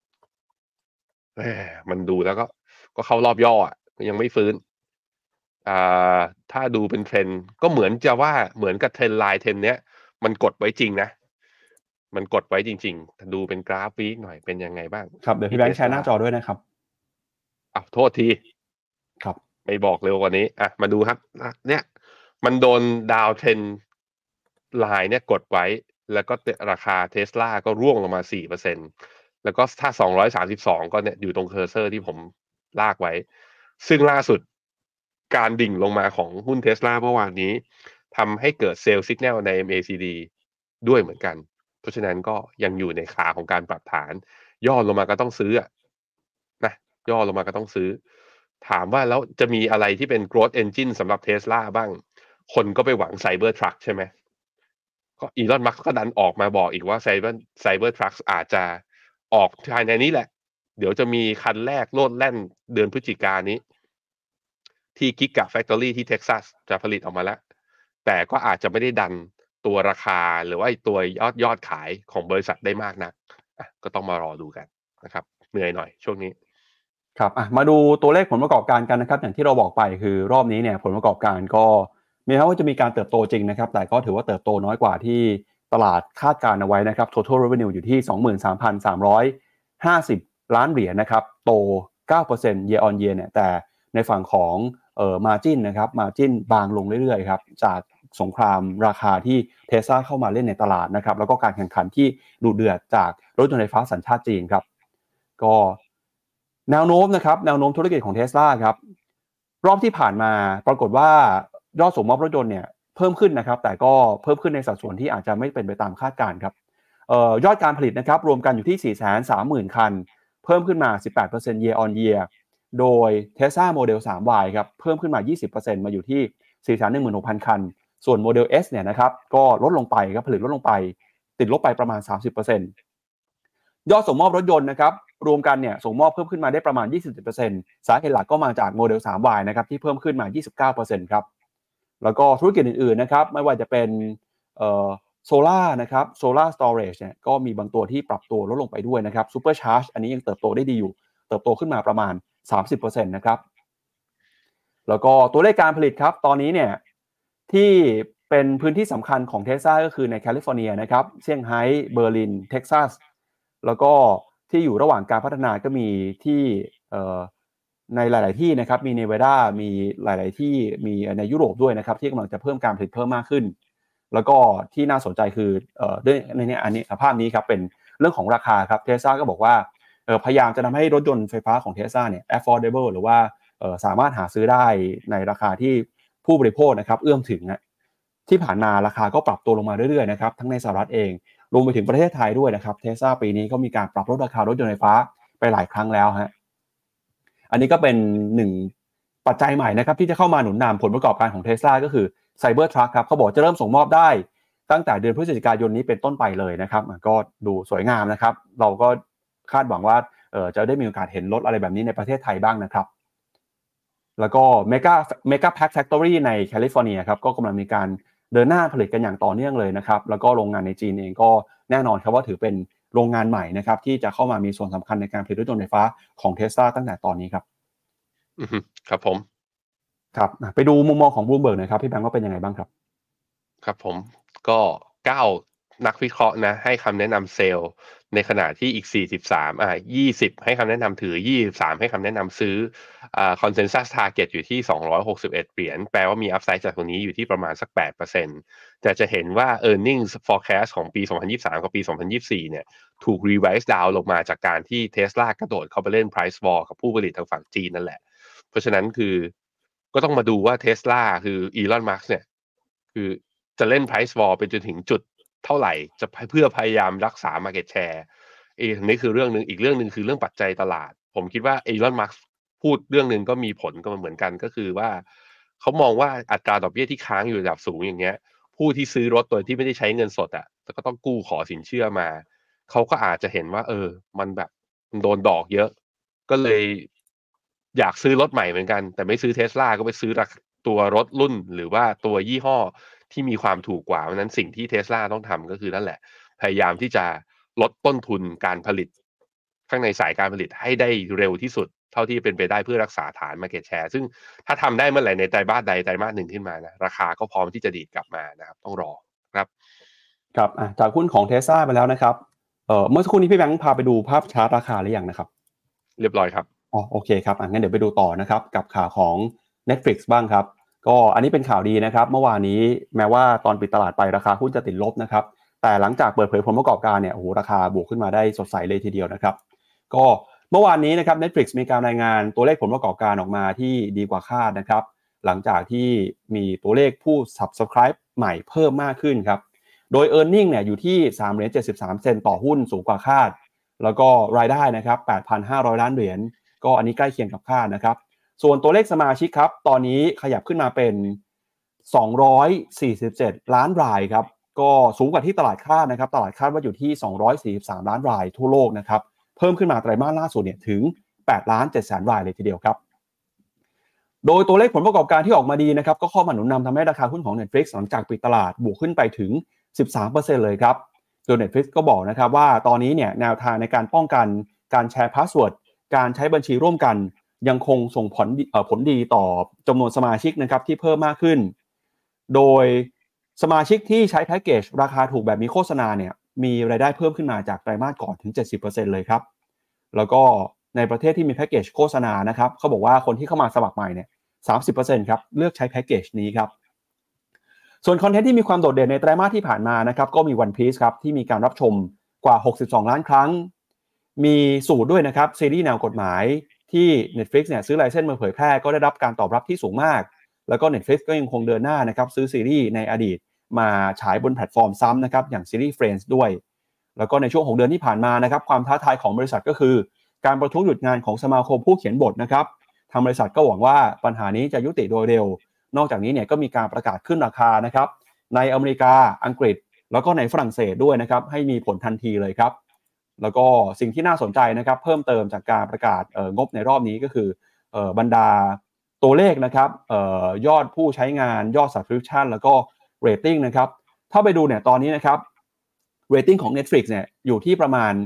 มันดูแล้วก็เข้ารอบย่อยังไม่ฟื้นถ้าดูเป็นเทรนด์ก็เหมือนจะว่าเหมือนกับเทรนด์ไลน์เทรนด์เนี้ยมันกดไว้จริงนะมันกดไว้จริงๆดูเป็นกราฟวีคหน่อยเป็นยังไงบ้างครับเดี๋ยวพี่แบงค์แชร์หน้าจอด้วยนะครับโทษทีครับไม่บอกเร็วกว่านี้มาดูครับเนี่ยมันโดนดาวเทรนไลน์เนี่ยกดไว้แล้วก็ราคา Tesla ก็ร่วงลงมา 4% แล้วก็ถ้า232ก็เนี่ยอยู่ตรงเคอร์เซอร์ที่ผมลากไว้ซึ่งล่าสุดการดิ่งลงมาของหุ้น Tesla เมื่อวานนี้ทำให้เกิดเซลล์สัญญาณใน MACD ด้วยเหมือนกันเพราะฉะนั้นก็ยังอยู่ในขาของการปรับฐานย่อลงมาก็ต้องซื้อนะย่อลงมาก็ต้องซื้อถามว่าแล้วจะมีอะไรที่เป็น growth engine สำหรับ Tesla บ้างคนก็ไปหวัง Cybertruck ใช่ไหมก็อีลอนมัสก์ก็ดันออกมาบอกอีกว่า Cybertruck อาจจะออกภายในนี้แหละเดี๋ยวจะมีคันแรกโลดแล่นเดือนพฤศจิกายนนี้ที่ Giga Factory ที่เท็กซัสจะผลิตออกมาแล้วแต่ก็อาจจะไม่ได้ดันตัวราคาหรือว่าตัวยอดขายของบริษัทได้มากนักก็ต้องมารอดูกันนะครับเหนื่อยหน่อยช่วงนี้ครับมาดูตัวเลขผลประกอบการกันนะครับอย่างที่เราบอกไปคือรอบนี้เนี่ยผลประกอบการก็มีครับว่าจะมีการเติบโตจริงนะครับแต่ก็ถือว่าเติบโตน้อยกว่าที่ตลาดคาดการเอาไว้นะครับ total revenue อยู่ที่ 23,350 ล้านเหรียญนะครับโต 9% year on year เนี่ยแต่ในฝั่งของmargin นะครับ margin บางลงเรื่อยๆครับจากสงครามราคาที่ Tesla เข้ามาเล่นในตลาดนะครับแล้วก็การแข่งขันที่ดุเดือดจากรถยนต์ไฟฟ้าสัญชาติจีนครับก็แนวโน้มนะครับแนวโน้มธุรกิจของ Tesla ครับรอบที่ผ่านมาปรากฏว่ายอดส่งมอบรถยนต์เนี่ยเพิ่มขึ้นนะครับแต่ก็เพิ่มขึ้นในสัดส่วนที่อาจจะไม่เป็นไปตามคาดการณ์ครับยอดการผลิตนะครับรวมกันอยู่ที่ 430,000 คันเพิ่มขึ้นมา 18% year on year โดย Tesla Model 3Y ครับเพิ่มขึ้นมา 20% มาอยู่ที่ 416,000 คันส่วน Model S เนี่ยนะครับก็ลดลงไปครับผลิตลดลงไปติดลบไปประมาณ 30%ยอดส่งมอบรถยนต์นะครับรวมกันเนี่ยส่งมอบเพิ่มขึ้นมาได้ประมาณ 27% สาเหตุหลักก็มาจาก Model 3Y นะครับที่เพิ่มขึ้นมา 29% ครับแล้วก็ธุรกิจอื่นๆนะครับไม่ว่าจะเป็นโซล่านะครับโซล่าสตอเรจเนี่ยก็มีบางตัวที่ปรับตัวลดลงไปด้วยนะครับซูเปอร์ชาร์จอันนี้ยังเติบโตได้ดีอยู่เติบโตขึ้นมาประมาณ 30% นะครับแล้วก็ตัวเลขการผลิตครับตอนนี้เนี่ยที่เป็นพื้นที่สำคัญของ Tesla ก็คือในแคลิฟอร์เนียนะครับเซี่ยงไฮ้เบอร์ลินเท็กซัสแล้วก็ที่อยู่ระหว่างการพัฒนาก็มีที่ในหลายๆที่นะครับมีเนวาดามีหลายๆที่มีในยุโรปด้วยนะครับที่กำลังจะเพิ่มการผลิตเพิ่มมากขึ้นแล้วก็ที่น่าสนใจคือด้วยในนี้อันนี้ภาพนี้ครับเป็นเรื่องของราคาครับ Tesla ก็บอกว่าพยายามจะทำให้รถยนต์ไฟฟ้าของ Tesla เนี่ย affordable หรือว่าสามารถหาซื้อได้ในราคาที่ผู้บริโภคนะครับเอื้อมถึงที่ผ่านมาราคาก็ปรับตัวลงมาเรื่อยๆนะครับทั้งในสหรัฐเองรวมไปถึงประเทศไทยด้วยนะครับ Tesla ปีนี้ก็มีการปรับลดราคารถยนต์ไฟฟ้าไปหลายครั้งแล้วฮะอันนี้ก็เป็นหนึ่งปัจจัยใหม่นะครับที่จะเข้ามาหนุนนำผลประกอบการของ Tesla ก็คือ Cybertruck ครับเขาบอกจะเริ่มส่งมอบได้ตั้งแต่เดือนพฤศจิกายนนี้เป็นต้นไปเลยนะครับก็ดูสวยงามนะครับเราก็คาดหวังว่าจะได้มีโอกาสเห็นรถอะไรแบบนี้ในประเทศไทยบ้างนะครับแล้วก็ Mega Pack Factory ในแคลิฟอร์เนียครับก็กำลังมีการเดินหน้าผลิตกันอย่างต่อเนื่องเลยนะครับแล้วก็โรงงานในจีนเองก็แน่นอนครับว่าถือเป็นโรงงานใหม่นะครับที่จะเข้ามามีส่วนสำคัญในการผลิตรถยนต์ไฟฟ้าของ Tesla ตั้งแต่ตอนนี้ครับครับผมครับไปดูมุมมองของ Bloomberg หน่อยครับพี่แบงค์ว่าเป็นยังไงบ้างครับครับผมก็9นักวิเคราะห์นะให้คำแนะนำเซลล์ในขณะที่อีก4320ให้คำแนะนำถือ23ให้คำแนะนำซื้อconsensus target อยู่ที่261เหรียญแปลว่ามี upside จากตรงนี้อยู่ที่ประมาณสัก 8% แต่จะเห็นว่า earnings forecast ของปี2023กับปี2024เนี่ยถูก revise down ลงมาจากการที่ Tesla กระโดดเข้าไปเล่น price war กับผู้ผลิตทางฝั่งจีนนั่นแหละเพราะฉะนั้นคือก็ต้องมาดูว่า Tesla คือ Elon Musk เนี่ยคือจะเล่น price war ไปจนถึงจุดเท่าไหร่จะเพื่อพยายามรักษา market share นี่คือเรื่องนึงอีกเรื่องนึงคือเรื่องปัจจัยตลาดผมคิดว่า Elon Musk พูดเรื่องนึงก็มีผลก็เหมือนกันก็คือว่าเขามองว่าอัตราดอกเบี้ยที่ค้างอยู่ระดับสูงอย่างเงี้ยผู้ที่ซื้อรถโดยที่ไม่ได้ใช้เงินสดแต่ก็ต้องกู้ขอสินเชื่อมาเขาก็อาจจะเห็นว่ามันแบบมันโดนดอกเยอะก็เลยอยากซื้อรถใหม่เหมือนกันแต่ไม่ซื้อ Tesla ก็ไปซื้อตัวรถรุ่นหรือว่าตัวยี่ห้อที่มีความถูกกว่าเพราะนั้นสิ่งที่ Tesla ต้องทำก็คือนั่นแหละพยายามที่จะลดต้นทุนการผลิตข้างในสายการผลิตให้ได้เร็วที่สุดเท่าที่เป็นไปได้เพื่อรักษาฐาน market share ซึ่งถ้าทำได้เมื่อไหร่ในไตรมาสใดไตรมาสหนึ่งขึ้นมานะราคาก็พร้อมที่จะดีดกลับมานะครับต้องรอครับครับจากหุ้นของ Tesla ไปแล้วนะครับเมื่อสักครู่นี้พี่แบงค์พาไปดูภาพชาร์ตราคาหรือยังนะครับเรียบร้อยครับโอเคครับงั้นเดี๋ยวไปดูต่อนะครับกับข่าวของ Netflix บ้างครับก็อันนี้เป็นข่าวดีนะครับเมื่อวานนี้แม้ว่าตอนปิดตลาดไปราคาหุ้นจะติดลบนะครับแต่หลังจากเปิดเผยผลประกอบการเนี่ยโอ้โหราคาบวกขึ้นมาได้สดใสเลยทีเดียวนะครับก็เมื่อวานนี้นะครับ Netflix มีการรายงานตัวเลขผลประกอบการออกมาที่ดีกว่าคาดนะครับหลังจากที่มีตัวเลขผู้ Subscribe ใหม่เพิ่มมากขึ้นครับโดย earning เนี่ยอยู่ที่$3.73ต่อหุ้นสูงกว่าคาดแล้วก็รายได้นะครับ 8,500 ล้านเหรียญก็อันนี้ใกล้เคียงกับคาดนะครับส่วนตัวเลขสมาชิกครับตอนนี้ขยับขึ้นมาเป็น247ล้านรายครับก็สูงกว่าที่ตลาดคาดนะครับตลาดคาดว่าอยู่ที่243ล้านรายทั่วโลกนะครับเพิ่มขึ้นมาไตรมาสล่าสุดเนี่ยถึง8,700,000 รายเลยทีเดียวครับโดยตัวเลขผลประกอบการที่ออกมาดีนะครับก็เข้ามาหนุนนำทำให้ราคาหุ้นของ Netflix หลังจากปิดตลาดบวกขึ้นไปถึง 13% เลยครับโดย Netflix ก็บอกนะครับว่าตอนนี้เนี่ยแนวทางในการป้องกันการแชร์พาสเวิร์ดการใช้บัญชีร่วมกันยังคงส่งผลดีต่อจำนวนสมาชิกนะครับที่เพิ่มมากขึ้นโดยสมาชิกที่ใช้แพ็กเกจราคาถูกแบบมีโฆษณาเนี่ยมีรายได้เพิ่มขึ้นมาจากไตรมาสก่อนถึง 70% เลยครับแล้วก็ในประเทศที่มีแพ็กเกจโฆษณานะครับเขาบอกว่าคนที่เข้ามาสมัครใหม่เนี่ย 30% ครับเลือกใช้แพ็กเกจนี้ครับส่วนคอนเทนต์ที่มีความโดดเด่นในไตรมาสที่ผ่านมานะครับก็มี One Piece ครับที่มีการรับชมกว่า62ล้านครั้งมีสูตรด้วยนะครับซีรีส์แนวกฎหมายที่ Netflix เนี่ยซื้อไลเซนส์มาเผยแพร่ก็ได้รับการตอบรับที่สูงมากแล้วก็ Netflix ก็ยังคงเดินหน้านะครับซื้อซีรีส์ในอดีตมาฉายบนแพลตฟอร์มซ้ำนะครับอย่างซีรีส์ Friends ด้วยแล้วก็ในช่วง6เดือนที่ผ่านมานะครับความท้าทายของบริษัทก็คือการประท้วงหยุดงานของสมาคมผู้เขียนบทนะครับทางบริษัทก็หวังว่าปัญหานี้จะยุติโดยเร็วนอกจากนี้เนี่ยก็มีการประกาศขึ้นราคานะครับในอเมริกาอังกฤษแล้วก็ในฝรั่งเศสด้วยนะครับให้มีผลทันทีเลยครับแล้วก็สิ่งที่น่าสนใจนะครับเพิ่มเติมจากการประกาศงบในรอบนี้ก็คือบรรดาตัวเลขนะครับยอดผู้ใช้งานยอด subscription แล้วก็ rating นะครับถ้าไปดูเนี่ยตอนนี้นะครับ rating ของ Netflix เนี่ยอยู่ที่ประมาณ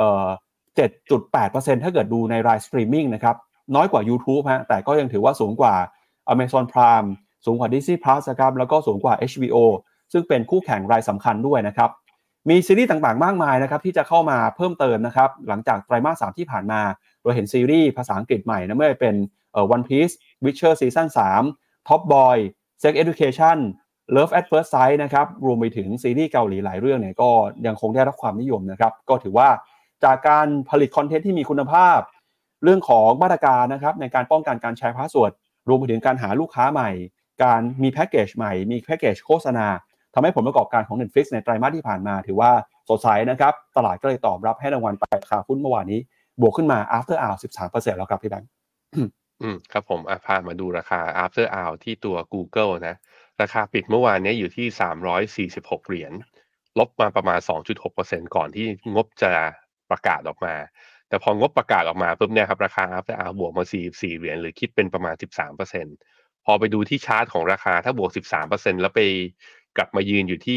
7.8% ถ้าเกิดดูในรายสตรีมมิ่งนะครับน้อยกว่า YouTube ฮะแต่ก็ยังถือว่าสูงกว่า Amazon Prime สูงกว่า Disney Plus นะครับแล้วก็สูงกว่า HBO ซึ่งเป็นคู่แข่งรายสำคัญด้วยนะครับมีซีรีส์ต่างๆมากมายนะครับที่จะเข้ามาเพิ่มเติมนะครับหลังจากไตรมาส3ที่ผ่านมาเราเห็นซีรีส์ภาษาอังกฤษใหม่นะไม่ว่าเป็นOne Piece Witcher Season 3 Top Boy Sex Education Love at First Sight นะครับรวมไปถึงซีรีส์เกาหลีหลายเรื่องเนี่ยก็ยังคงได้รับความนิยมนะครับก็ถือว่าจากการผลิตคอนเทนต์ที่มีคุณภาพเรื่องของมาตรการนะครับในการป้องกันการแชร์พาสเวิร์ดรวมไปถึงการหาลูกค้าใหม่การมีแพ็กเกจใหม่มีแพ็กเกจโฆษณาทำให้ผลประกอบการของ Netflix ในไตรมาสที่ผ่านมาถือว่าสดใสนะครับตลาดก็เลยตอบรับให้รางวัลไปราคาหุ้นเมื่อวานนี้บวกขึ้นมา after hour 13% แล้วครับพี่แบงค์ครับผมพามาดูราคา after hour ที่ตัว Google นะราคาปิดเมื่อวานนี้อยู่ที่$346ลบมาประมาณ 2.6% ก่อนที่งบจะประกาศออกมาแต่พองบประกาศออกมาปุ๊บเนี่ยครับราคา after hour บวกมา$44หรือคิดเป็นประมาณ 13%พอไปดูที่ชาร์ตของราคาถ้าบวก 13% แล้วไปกลับมายืนอยู่ที่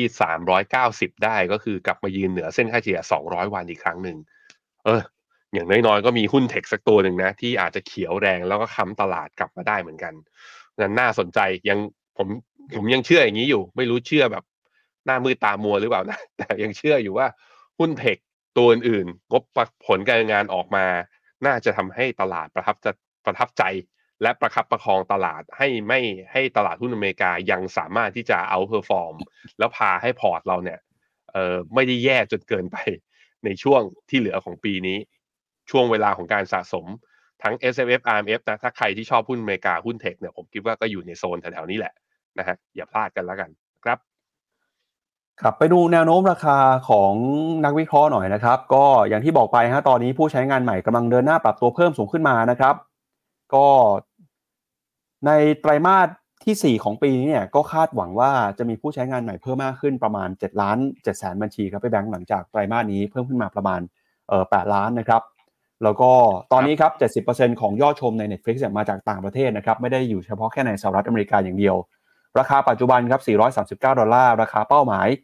390ได้ก็คือกลับมายืนเหนือเส้นค่าเฉลี่ย200วันอีกครั้งหนึ่งอย่างน้อยๆก็มีหุ้นเทคสักตัวหนึ่งนะที่อาจจะเขียวแรงแล้วก็ค้ำตลาดกลับมาได้เหมือนกันนั้นน่าสนใจยังผมยังเชื่ออย่างนี้อยู่ไม่รู้เชื่อแบบหน้ามืดตามัวหรือเปล่านะแต่ยังเชื่ออยู่ว่าหุ้นเทคตัวอื่นๆงบผลการงานออกมาน่าจะทำให้ตลาดประทับใจและประคับประคองตลาดไม่ให้ตลาดหุ้นอเมริกายังสามารถที่จะเอาเพอร์ฟอร์มแล้วพาให้พอร์ตเราเนี่ยไม่ได้แย่จนเกินไปในช่วงที่เหลือของปีนี้ช่วงเวลาของการสะสมทั้ง S&P RMF นะถ้าใครที่ชอบหุ้นอเมริกาหุ้นเทคเนี่ยผมคิดว่าก็อยู่ในโซนแถวๆนี้แหละนะฮะอย่าพลาดกันแล้วกันครับครับไปดูแนวโน้มราคาของนักวิเคราะห์หน่อยนะครับก็อย่างที่บอกไปฮะตอนนี้ผู้ใช้งานใหม่กำลังเดินหน้าปรับตัวเพิ่มสูงขึ้นมานะครับก็ในไตรมาสที่4ของปีนี้เนี่ยก็คาดหวังว่าจะมีผู้ใช้งานใหม่เพิ่มมากขึ้นประมาณ7,700,000บัญชีครับไปแบงค์หลังจากไตรมาสนี้เพิ่มขึ้นมาประมาณ8ล้านนะครับแล้วก็ตอนนี้ครับ 70% ของยอดชมใน Netflix มาจากต่างประเทศนะครับไม่ได้อยู่เฉพาะแค่ในสหรัฐอเมริกาอย่างเดียวราคาปัจจุบันครับ$439ราคาเป้าหมาย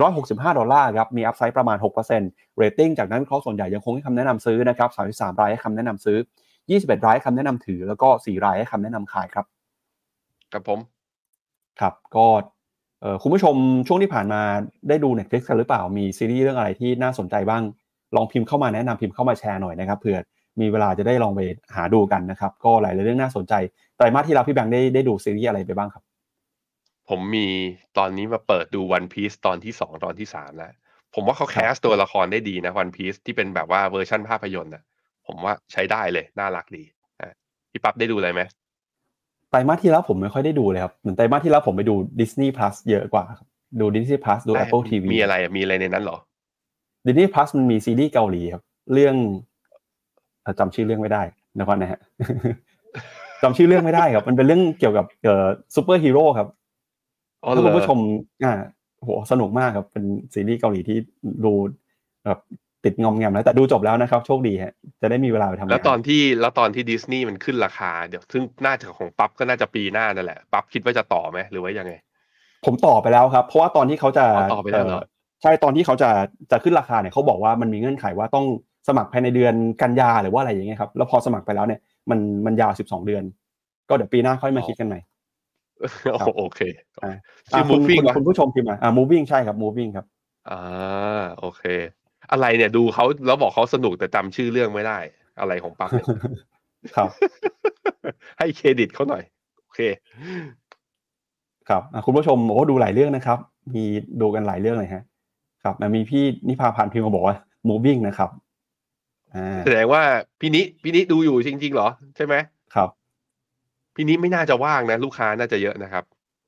$465ครับมีอัพไซด์ประมาณ 6% เรตติ้งจากนักวิเคราะห์ส่วนใหญ่ยังคงให้คำแนะนำซื้อนะครับ33รายให้คำแนะนำซื้อ21รายให้คำแนะนำถือแล้วก็4รายให้คำแนะนำขายครับครับผมครับก็คุณผู้ชมช่วงที่ผ่านมาได้ดู Netflix กันหรือเปล่ามีซีรีส์เรื่องอะไรที่น่าสนใจบ้างลองพิมพ์เข้ามาแนะนำพิมพ์เข้ามาแชร์หน่อยนะครับเผื่อมีเวลาจะได้ลองไปหาดูกันนะครับก็หลายเรื่องน่าสนใจไตรมาสที่แล้วพี่แบงค์ได้ดูซีรีส์อะไรไปบ้างครับผมมีตอนนี้มาเปิดดู One Piece ตอนที่2ตอนที่3แล้วผมว่าเขาคแครับ สตัวละครได้ดีนะ One Piece ที่เป็นแบบว่าเวอร์ชั่นภาพยนตร์น่ะผมว่าใช้ได้เลยน่ารักดีพี่ปั๊บได้ดูอะไรไหมไตรมาสที่แล้วผมไม่ค่อยได้ดูเลยครับเหมือนไตรมาสที่แล้วผมไปดู Disney Plus เยอะกว่าครับดู Disney Plus ดู Apple TV มีอะไรในนั้นเหรอ Disney Plus มันมีซีรีส์เกาหลีครับเรื่องจำชื่อเรื่องไม่ได้นะฮะ จำชื่อเรื่องไม่ได้ครับมันเป็นเรื่องเกี่ยวกับซูเปอร์ฮีโร่ครับถ้าคุณผู้ชมโหสนุกมากครับเป็นซีรีส์เกาหลีที่ดูแบบติดงอมแงมแล้วแต่ดูจบแล้วนะครับโชคดีฮะจะได้มีเวลาไปทำงานแล้วตอนที่ดิสนีย์มันขึ้นราคาเดี๋ยวซึ่งน่าจะของปั๊บก็น่าจะปีหน้านั่นแหละปั๊บคิดว่าจะต่อไหมหรือว่ายังไงผมต่อไปแล้วครับเพราะว่าตอนที่เขาจะต่อไปแล้วเหรอใช่ตอนที่เขาจะขึ้นราคาเนี่ยเขาบอกว่ามันมีเงื่อนไขว่าต้องสมัครภายในเดือนกันยาหรือว่าอะไรอย่างเงี้ยครับแล้วพอสมัครไปแล้วเนี่ยมันยาว12เดือนก็เดี๋ยวปีหน้าค่อยมาคิดกันใหม่โอเคชื่อ moving คุณผู้ชมพิมพ์มาmoving ใช่ครับ moving ครับโอเคอะไรเนี่ยดูเขาแล้วบอกเขาสนุกแต่จำชื่อเรื่องไม่ได้อะไรของปั๊บเนี่ยครับให้เครดิตเขาหน่อยโอเคครับคุณผู้ชมโอ้ดูหลายเรื่องนะครับมีดูกันหลายเรื่องเลยฮะครับมีพี่นิพาพันธ์พิมพ์มาบอกว่า moving นะครับแสดงว่าพี่นิดูอยู่จริงๆเหรอใช่ไหมครับพี่นิไม่น่าจะว่างนะลูกค้าน่าจะเยอะนะครับ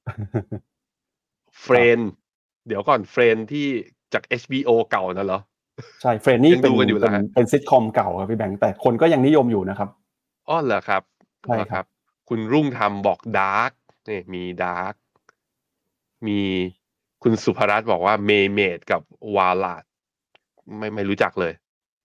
เฟรนเดี๋ยวก่อนเฟรนที่จาก HBO เก่านั่นเหรอใช่เฟรนนี่เป็นซิทคอมเก่าครับพี่แบงค์แต่คนก็ยังนิยมอยู่นะครับอ้อเหรอครับใช่ครับคุณรุ่งธรรมบอกดาร์กนี่มีดาร์กมีคุณสุภรัตน์บอกว่าเมเมดกับวาลาดไม่รู้จักเลย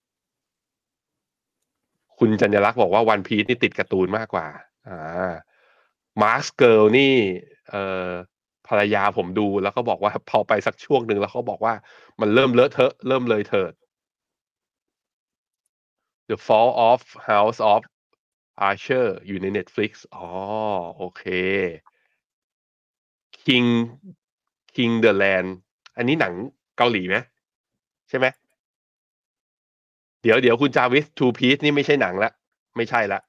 คุณจัญลักษณ์บอกว่าวันพีซนี่ติดการ์ตูนมากกว่ามาร์คเกิร์ลนี่ภรรยาผมดูแล้วก็บอกว่าพอไปสักช่วงหนึ่งแล้วเขาบอกว่ามันเริ่มเลอะเทอะเริ่มเลยเถิด The Fall of House of Usher อยู่ใน Netflix โอเค King the Land อันนี้หนังเกาหลีไหมใช่ไหมเดี๋ยวคุณจาวิส Two Piece นี่ไม่ใช่หนังละไม่ใช่ละ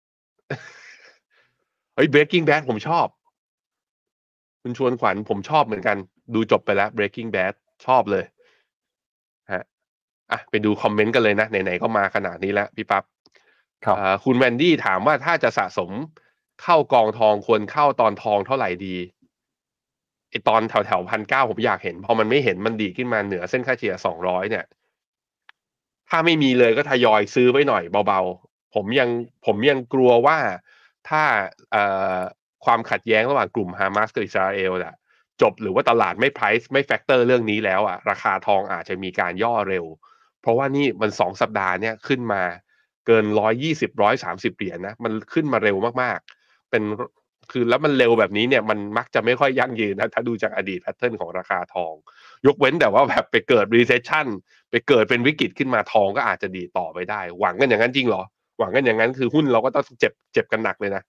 เฮ้ย Breaking Bad ผมชอบคุณชวนขวัญผมชอบเหมือนกันดูจบไปแล้ว Breaking Bad ชอบเลยฮะไปดูคอมเมนต์กันเลยนะไหนๆก็มาขนาดนี้แล้วพี่ปั๊บคุณแวนดี้ถามว่าถ้าจะสะสมเข้ากองทองควรเข้าตอนทองเท่าไหร่ดีไอตอนแถว1,900ผมอยากเห็นพอมันไม่เห็นมันดีขึ้นมาเหนือเส้นค่าเฉลี่ย200เนี่ยถ้าไม่มีเลยก็ทยอยซื้อไว้หน่อยเบาๆผมยังกลัวว่าถ้าความขัดแย้งระหว่างกลุ่มฮามาสกับอิสราเอลน่ะจบหรือว่าตลาดไม่ไพรซ์ไม่แฟกเตอร์เรื่องนี้แล้วราคาทองอาจจะมีการย่อเร็วเพราะว่านี่มัน2 สัปดาห์เนี่ยขึ้นมาเกิน120-130เหรียญนะมันขึ้นมาเร็วมากๆเป็นคือแล้วมันเร็วแบบนี้เนี่ยมันมักจะไม่ค่อยยั่งยืนนะถ้าดูจากอดีตแพทเทิร์นของราคาทองยกเว้นแต่ว่าแบบไปเกิด recession ไปเกิดเป็นวิกฤตขึ้นมาทองก็อาจจะดีต่อไปได้หวังกันอย่างนั้นจริงเหรอหวังกันอย่างนั้นคือหุ้นเราก็ต้องเจ็บกันหนักเลยนะ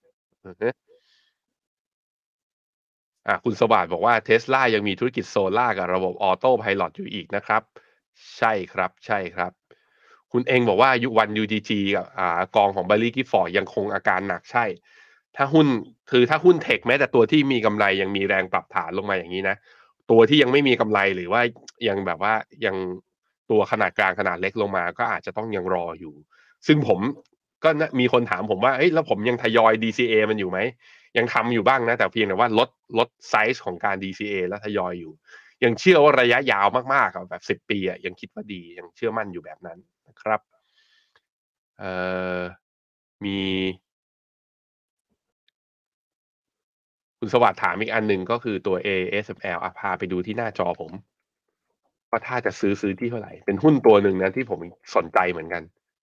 คุณสวัสดิ์บอกว่า Tesla ยังมีธุรกิจโซล่ากับระบบออโต้ไพลอตอยู่อีกนะครับใช่ครับคุณเองบอกว่าวัน UGG กับกองของ Barry Gifford ยังคงอาการหนักใช่ถ้าหุ้นเทคแม้แต่ตัวที่มีกำไรยังมีแรงปรับฐานลงมาอย่างนี้นะตัวที่ยังไม่มีกำไรหรือว่ายังแบบว่ายังตัวขนาดกลางขนาดเล็กลงมาก็อาจจะต้องยังรออยู่ซึ่งผมก็มีคนถามผมว่าแล้วผมยังทยอย DCA มันอยู่ไหมยังทำอยู่บ้างนะแต่เพียงแต่ว่าลดไซส์ของการ DCA แล้วทยอยอยู่ยังเชื่อว่าระยะยาวมากๆแบบ10 ปียังคิดว่าดียังเชื่อมั่นอยู่แบบนั้นนะครับมีคุณสวัสดิ์ถามอีกอันหนึ่งก็คือตัว ASML พาไปดูที่หน้าจอผมว่าถ้าจะซื้อที่เท่าไหร่เป็นหุ้นตัวหนึ่งนะที่ผมสนใจเหมือนกัน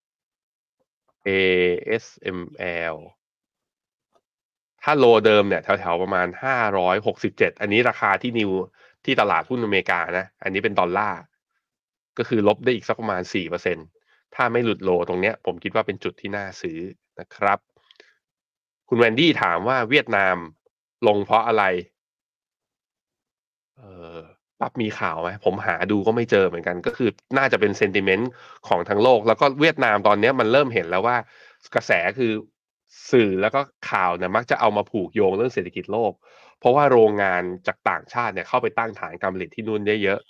ASML ถ้าโลเดิมเนี่ยแถวๆประมาณ567อันนี้ราคาที่นิวที่ตลาดหุ้นอเมริกานะอันนี้เป็นดอลลาร์ก็คือลบได้อีกสักประมาณ 4% ถ้าไม่หลุดโลตรงเนี้ยผมคิดว่าเป็นจุดที่น่าซื้อนะครับคุณแวนดี้ถามว่าเวียดนามลงเพราะอะไรปั๊บมีข่าวไหมผมหาดูก็ไม่เจอเหมือนกันก็คือน่าจะเป็นเซนติเมนต์ของทั้งโลกแล้วก็เวียดนามตอนนี้มันเริ่มเห็นแล้วว่ากระแสคือสื่อแล้วก็ข่าวเนี่ยมักจะเอามาผูกโยงเรื่องเศรษฐกิจโลกเพราะว่าโรงงานจากต่างชาติเนี่ยเข้าไปตั้งฐานการผลิตที่นู่นได้เยอะ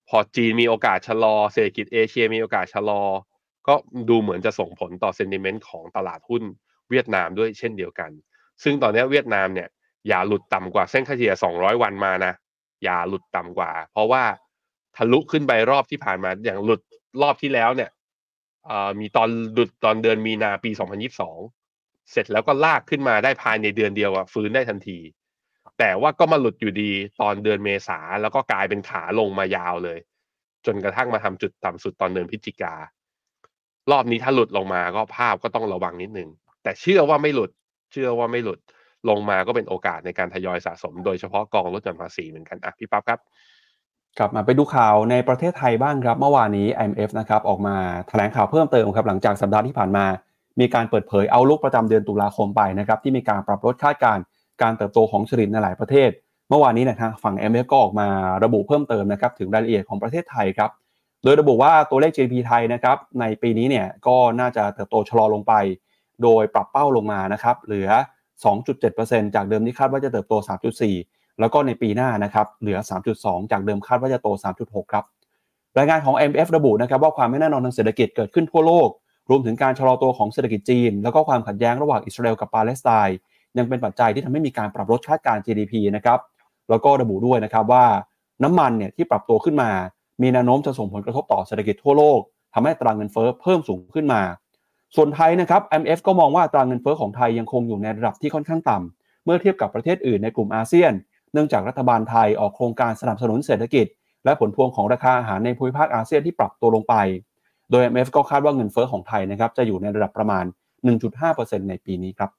พอจีนมีโอกาสชะลอเศรษฐกิจเอเชียมีโอกาสชะลอก็ดูเหมือนจะส่งผลต่อเซนติเมนต์ของตลาดหุ้นเวียดนามด้วยเช่นเดียวกันซึ่งตอนนี้เวียดนามเนี่ยอย่าหลุดต่ำกว่าเส้นค่าเฉลี่ย200วันมานะอย่าหลุดต่ำกว่าเพราะว่าทะลุขึ้นไปรอบที่ผ่านมาอย่างหลุดรอบที่แล้วเนี่ยมีตอนหลุดตอนเดือนมีนาปี2022เสร็จแล้วก็ลากขึ้นมาได้ภายในเดือนเดียวฟื้นได้ทันทีแต่ว่าก็มาหลุดอยู่ดีตอนเดือนเมษาแล้วก็กลายเป็นขาลงมายาวเลยจนกระทั่งมาทำจุดต่ำสุดตอนเดือนพฤศจิการอบนี้ถ้าหลุดลงมาก็ภาพก็ต้องระวังนิดนึงแต่เชื่อว่าไม่หลุดลงมาก็เป็นโอกาสในการทยอยสะสมโดยเฉพาะกองลดหย่อนภาษีเหมือนกันพี่ปั๊บครับกลับมาไปดูข่าวในประเทศไทยบ้างครับเมื่อวานนี้ IMF นะครับออกมาแถลงข่าวเพิ่มเติมครับหลังจากสัปดาห์ที่ผ่านมามีการเปิดเผยเอาลุกประจำเดือนตุลาคมไปนะครับที่มีการปรับลดคาดการณ์การเติบโตของเศรษฐกิจในหลายประเทศเมื่อวานนี้นะครับฝั่ง IMF ก็ออกมาระบุเพิ่มเติมนะครับถึงรายละเอียดของประเทศไทยครับโดยระบุว่าตัวเลข GDP ไทยนะครับในปีนี้เนี่ยก็น่าจะเติบโตชะลอลงไปโดยปรับเป้าลงมานะครับเหลือ 2.7% จากเดิมที่คาดว่าจะเติบโต 3.4 แล้วก็ในปีหน้านะครับเหลือ 3.2 จากเดิมคาดว่าจะโต 3.6 ครับรายงานของ IMF ระบุนะครับว่าความไม่แน่นอนทางเศรษฐกิจเกิดขึ้นทั่วโลกรวมถึงการชะลอตัวของเศรษฐกิจจีนแล้วก็ความขัดแย้งระหว่างอิสราเอลกับปาเลสไตน์ยังเป็นปัจจัยที่ทำให้มีการปรับลดคาดการณ์ GDP นะครับแล้วก็ระบุด้วยนะครับว่าน้ำมันเนี่ยที่ปรับตัวขึ้นมามีแนวโน้มจะส่งผลกระทบต่อเศรษฐกิจทั่วโลกทำให้อัตราเงินเฟ้อเพิ่มสูงขึ้นมาส่วนไทยนะครับ IMF ก็มองว่าอัตราเงินเฟ้อของไทยยังคงอยู่ในระดับที่ค่อนข้างต่ำเมื่อเทียบกับประเทศอื่นในกลุ่มอาเซียนเนื่องจากรัฐบาลไทยออกโครงการสนับสนุนเศรษฐกิจและผลพวงของราคาอาหารในภูมิภาคอาเซียนที่ปรับตัวลงไปโดย IMF ก็คาดว่าเงินเฟ้อของไทยนะครับจะอยู่ในระดับประมาณ 1.5% ในปีนี้ครับ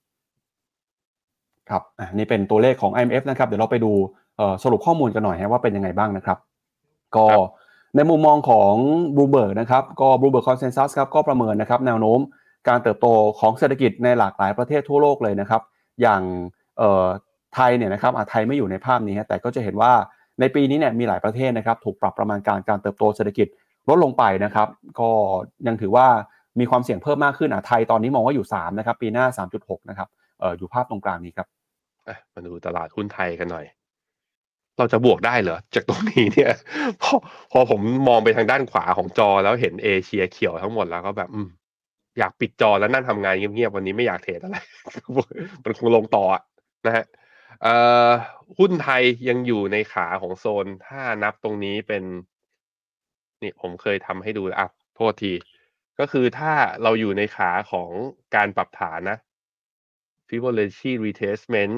ครับนี่เป็นตัวเลขของ IMF นะครับเดี๋ยวเราไปดูสรุปข้อมูลกันหน่อยว่าเป็นยังไงบ้างนะครับก็ในมุมมองของ Bloomberg นะครับก็ Bloomberg Consensus ครับก็ประเมินนะครับแนวโน้มการเติบโตของเศรษฐกิจในหลากหลายประเทศทั่วโลกเลยนะครับอย่างไทยเนี่ยนะครับไทยไม่อยู่ในภาพนี้แต่ก็จะเห็นว่าในปีนี้เนี่ยมีหลายประเทศนะครับถูกปรับประมาณการเติบโตเศรษฐกิจลดลงไปนะครับก็ยังถือว่ามีความเสี่ยงเพิ่มมากขึ้นไทยตอนนี้มองว่าอยู่3นะครับปีหน้า 3.6 นะครับอยู่ภาพตรงกลางนี้ครับมาดูตลาดหุ้นไทยกันหน่อยเราจะบวกได้เหรอจากตรงนี้เนี่ยพอผมมองไปทางด้านขวาของจอแล้วเห็นเอเชียเขียวทั้งหมดแล้วก็แบบอยากปิดจอแล้วนั่งทำงานเงียบๆวันนี้ไม่อยากเทรดอะไร มันคงลงต่อนะฮะหุ้นไทยยังอยู่ในขาของโซนถ้านับตรงนี้เป็นนี่ผมเคยทำให้ดูโทษทีก็คือถ้าเราอยู่ในขาของการปรับฐานนะ Fibonacci retracement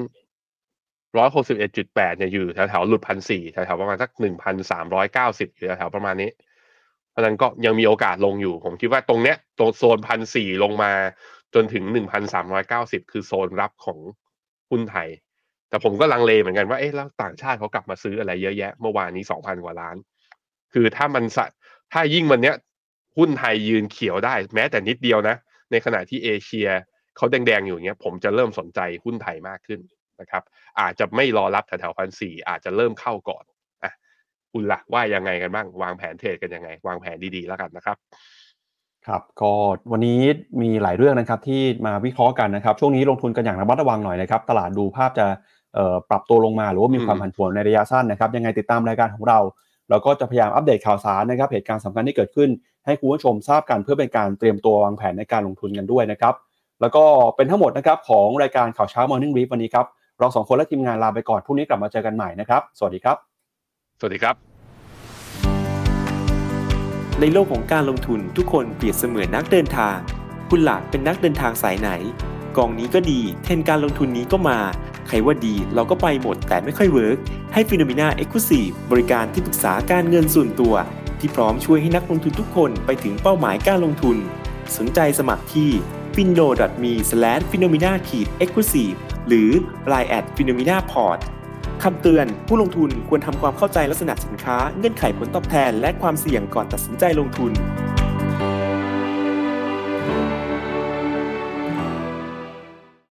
161.8 เนี่ยอยู่แถวๆหลุด 1,400 แถวๆประมาณสัก 1,390 อยู่แถวๆประมาณนี้เพราะฉะนั้นก็ยังมีโอกาสลงอยู่ผมคิดว่าตรงเนี้ยตรงโซน 1,400 ลงมาจนถึง 1,390 คือโซนรับของหุ้นไทยแต่ผมก็ลังเลเหมือนกันว่าแล้วต่างชาติเขากลับมาซื้ออะไรเยอะแยะเมื่อวานนี้ 2,000 กว่าล้านคือถ้ายิ่งวันเนี้ยหุ้นไทยยืนเขียวได้แม้แต่นิดเดียวนะในขณะที่เอเชียเขาแดงๆอยู่อย่างเงี้ยผมจะเริ่มสนใจหุ้นไทยมากขึ้นนะครับอาจจะไม่รอรับแถวๆ 1,400 อาจจะเริ่มเข้าก่อนคุณล่ะว่ายังไงกันบ้างวางแผนเทรดกันยังไงวางแผนดีๆแล้วกันนะครับครับก็วันนี้มีหลายเรื่องนะครับที่มาวิเคราะห์กันนะครับช่วงนี้ลงทุนกันอย่างระมัดระวังหน่อยนะครับตลาดดูภาพจะปรับตัวลงมาหรือว่ามีความผันผวนในระยะสั้นนะครับยังไงติดตามรายการของเราแล้วก็จะพยายามอัปเดตข่าวสารนะครับเหตุการณ์สำคัญที่เกิดขึ้นให้คุณผู้ชมทราบกันเพื่อเป็นการเตรียมตัววางแผนในการลงทุนกันด้วยนะครับแล้วก็เป็นทั้งหมดนะครับของรายการข่าวเช้า Morning Brief วันนี้ครับเรา2คนและทีมงานลาไปก่อนพรุ่งนี้กลับมาเจอกันใหม่นะครับสวัสดีครับสวัสดีครับในโลกของการลงทุนทุกคนเปรียบเสมือนนักเดินทางคุณหลักเป็นนักเดินทางสายไหนกองนี้ก็ดีเทรนด์การลงทุนนี้ก็มาใครว่าดีเราก็ไปหมดแต่ไม่ค่อยเวิร์กให้ Phenomena Exclusive บริการที่ปรึกษาการเงินส่วนตัวที่พร้อมช่วยให้นักลงทุนทุกคนไปถึงเป้าหมายการลงทุนสนใจสมัครที่ finno.me/phenomena-exclusive หรือ line@phenomenaport คำเตือนผู้ลงทุนควรทำความเข้าใจลักษณะสินค้าเงื่อนไขผลตอบแทนและความเสี่ยงก่อนตัดสินใจลงทุน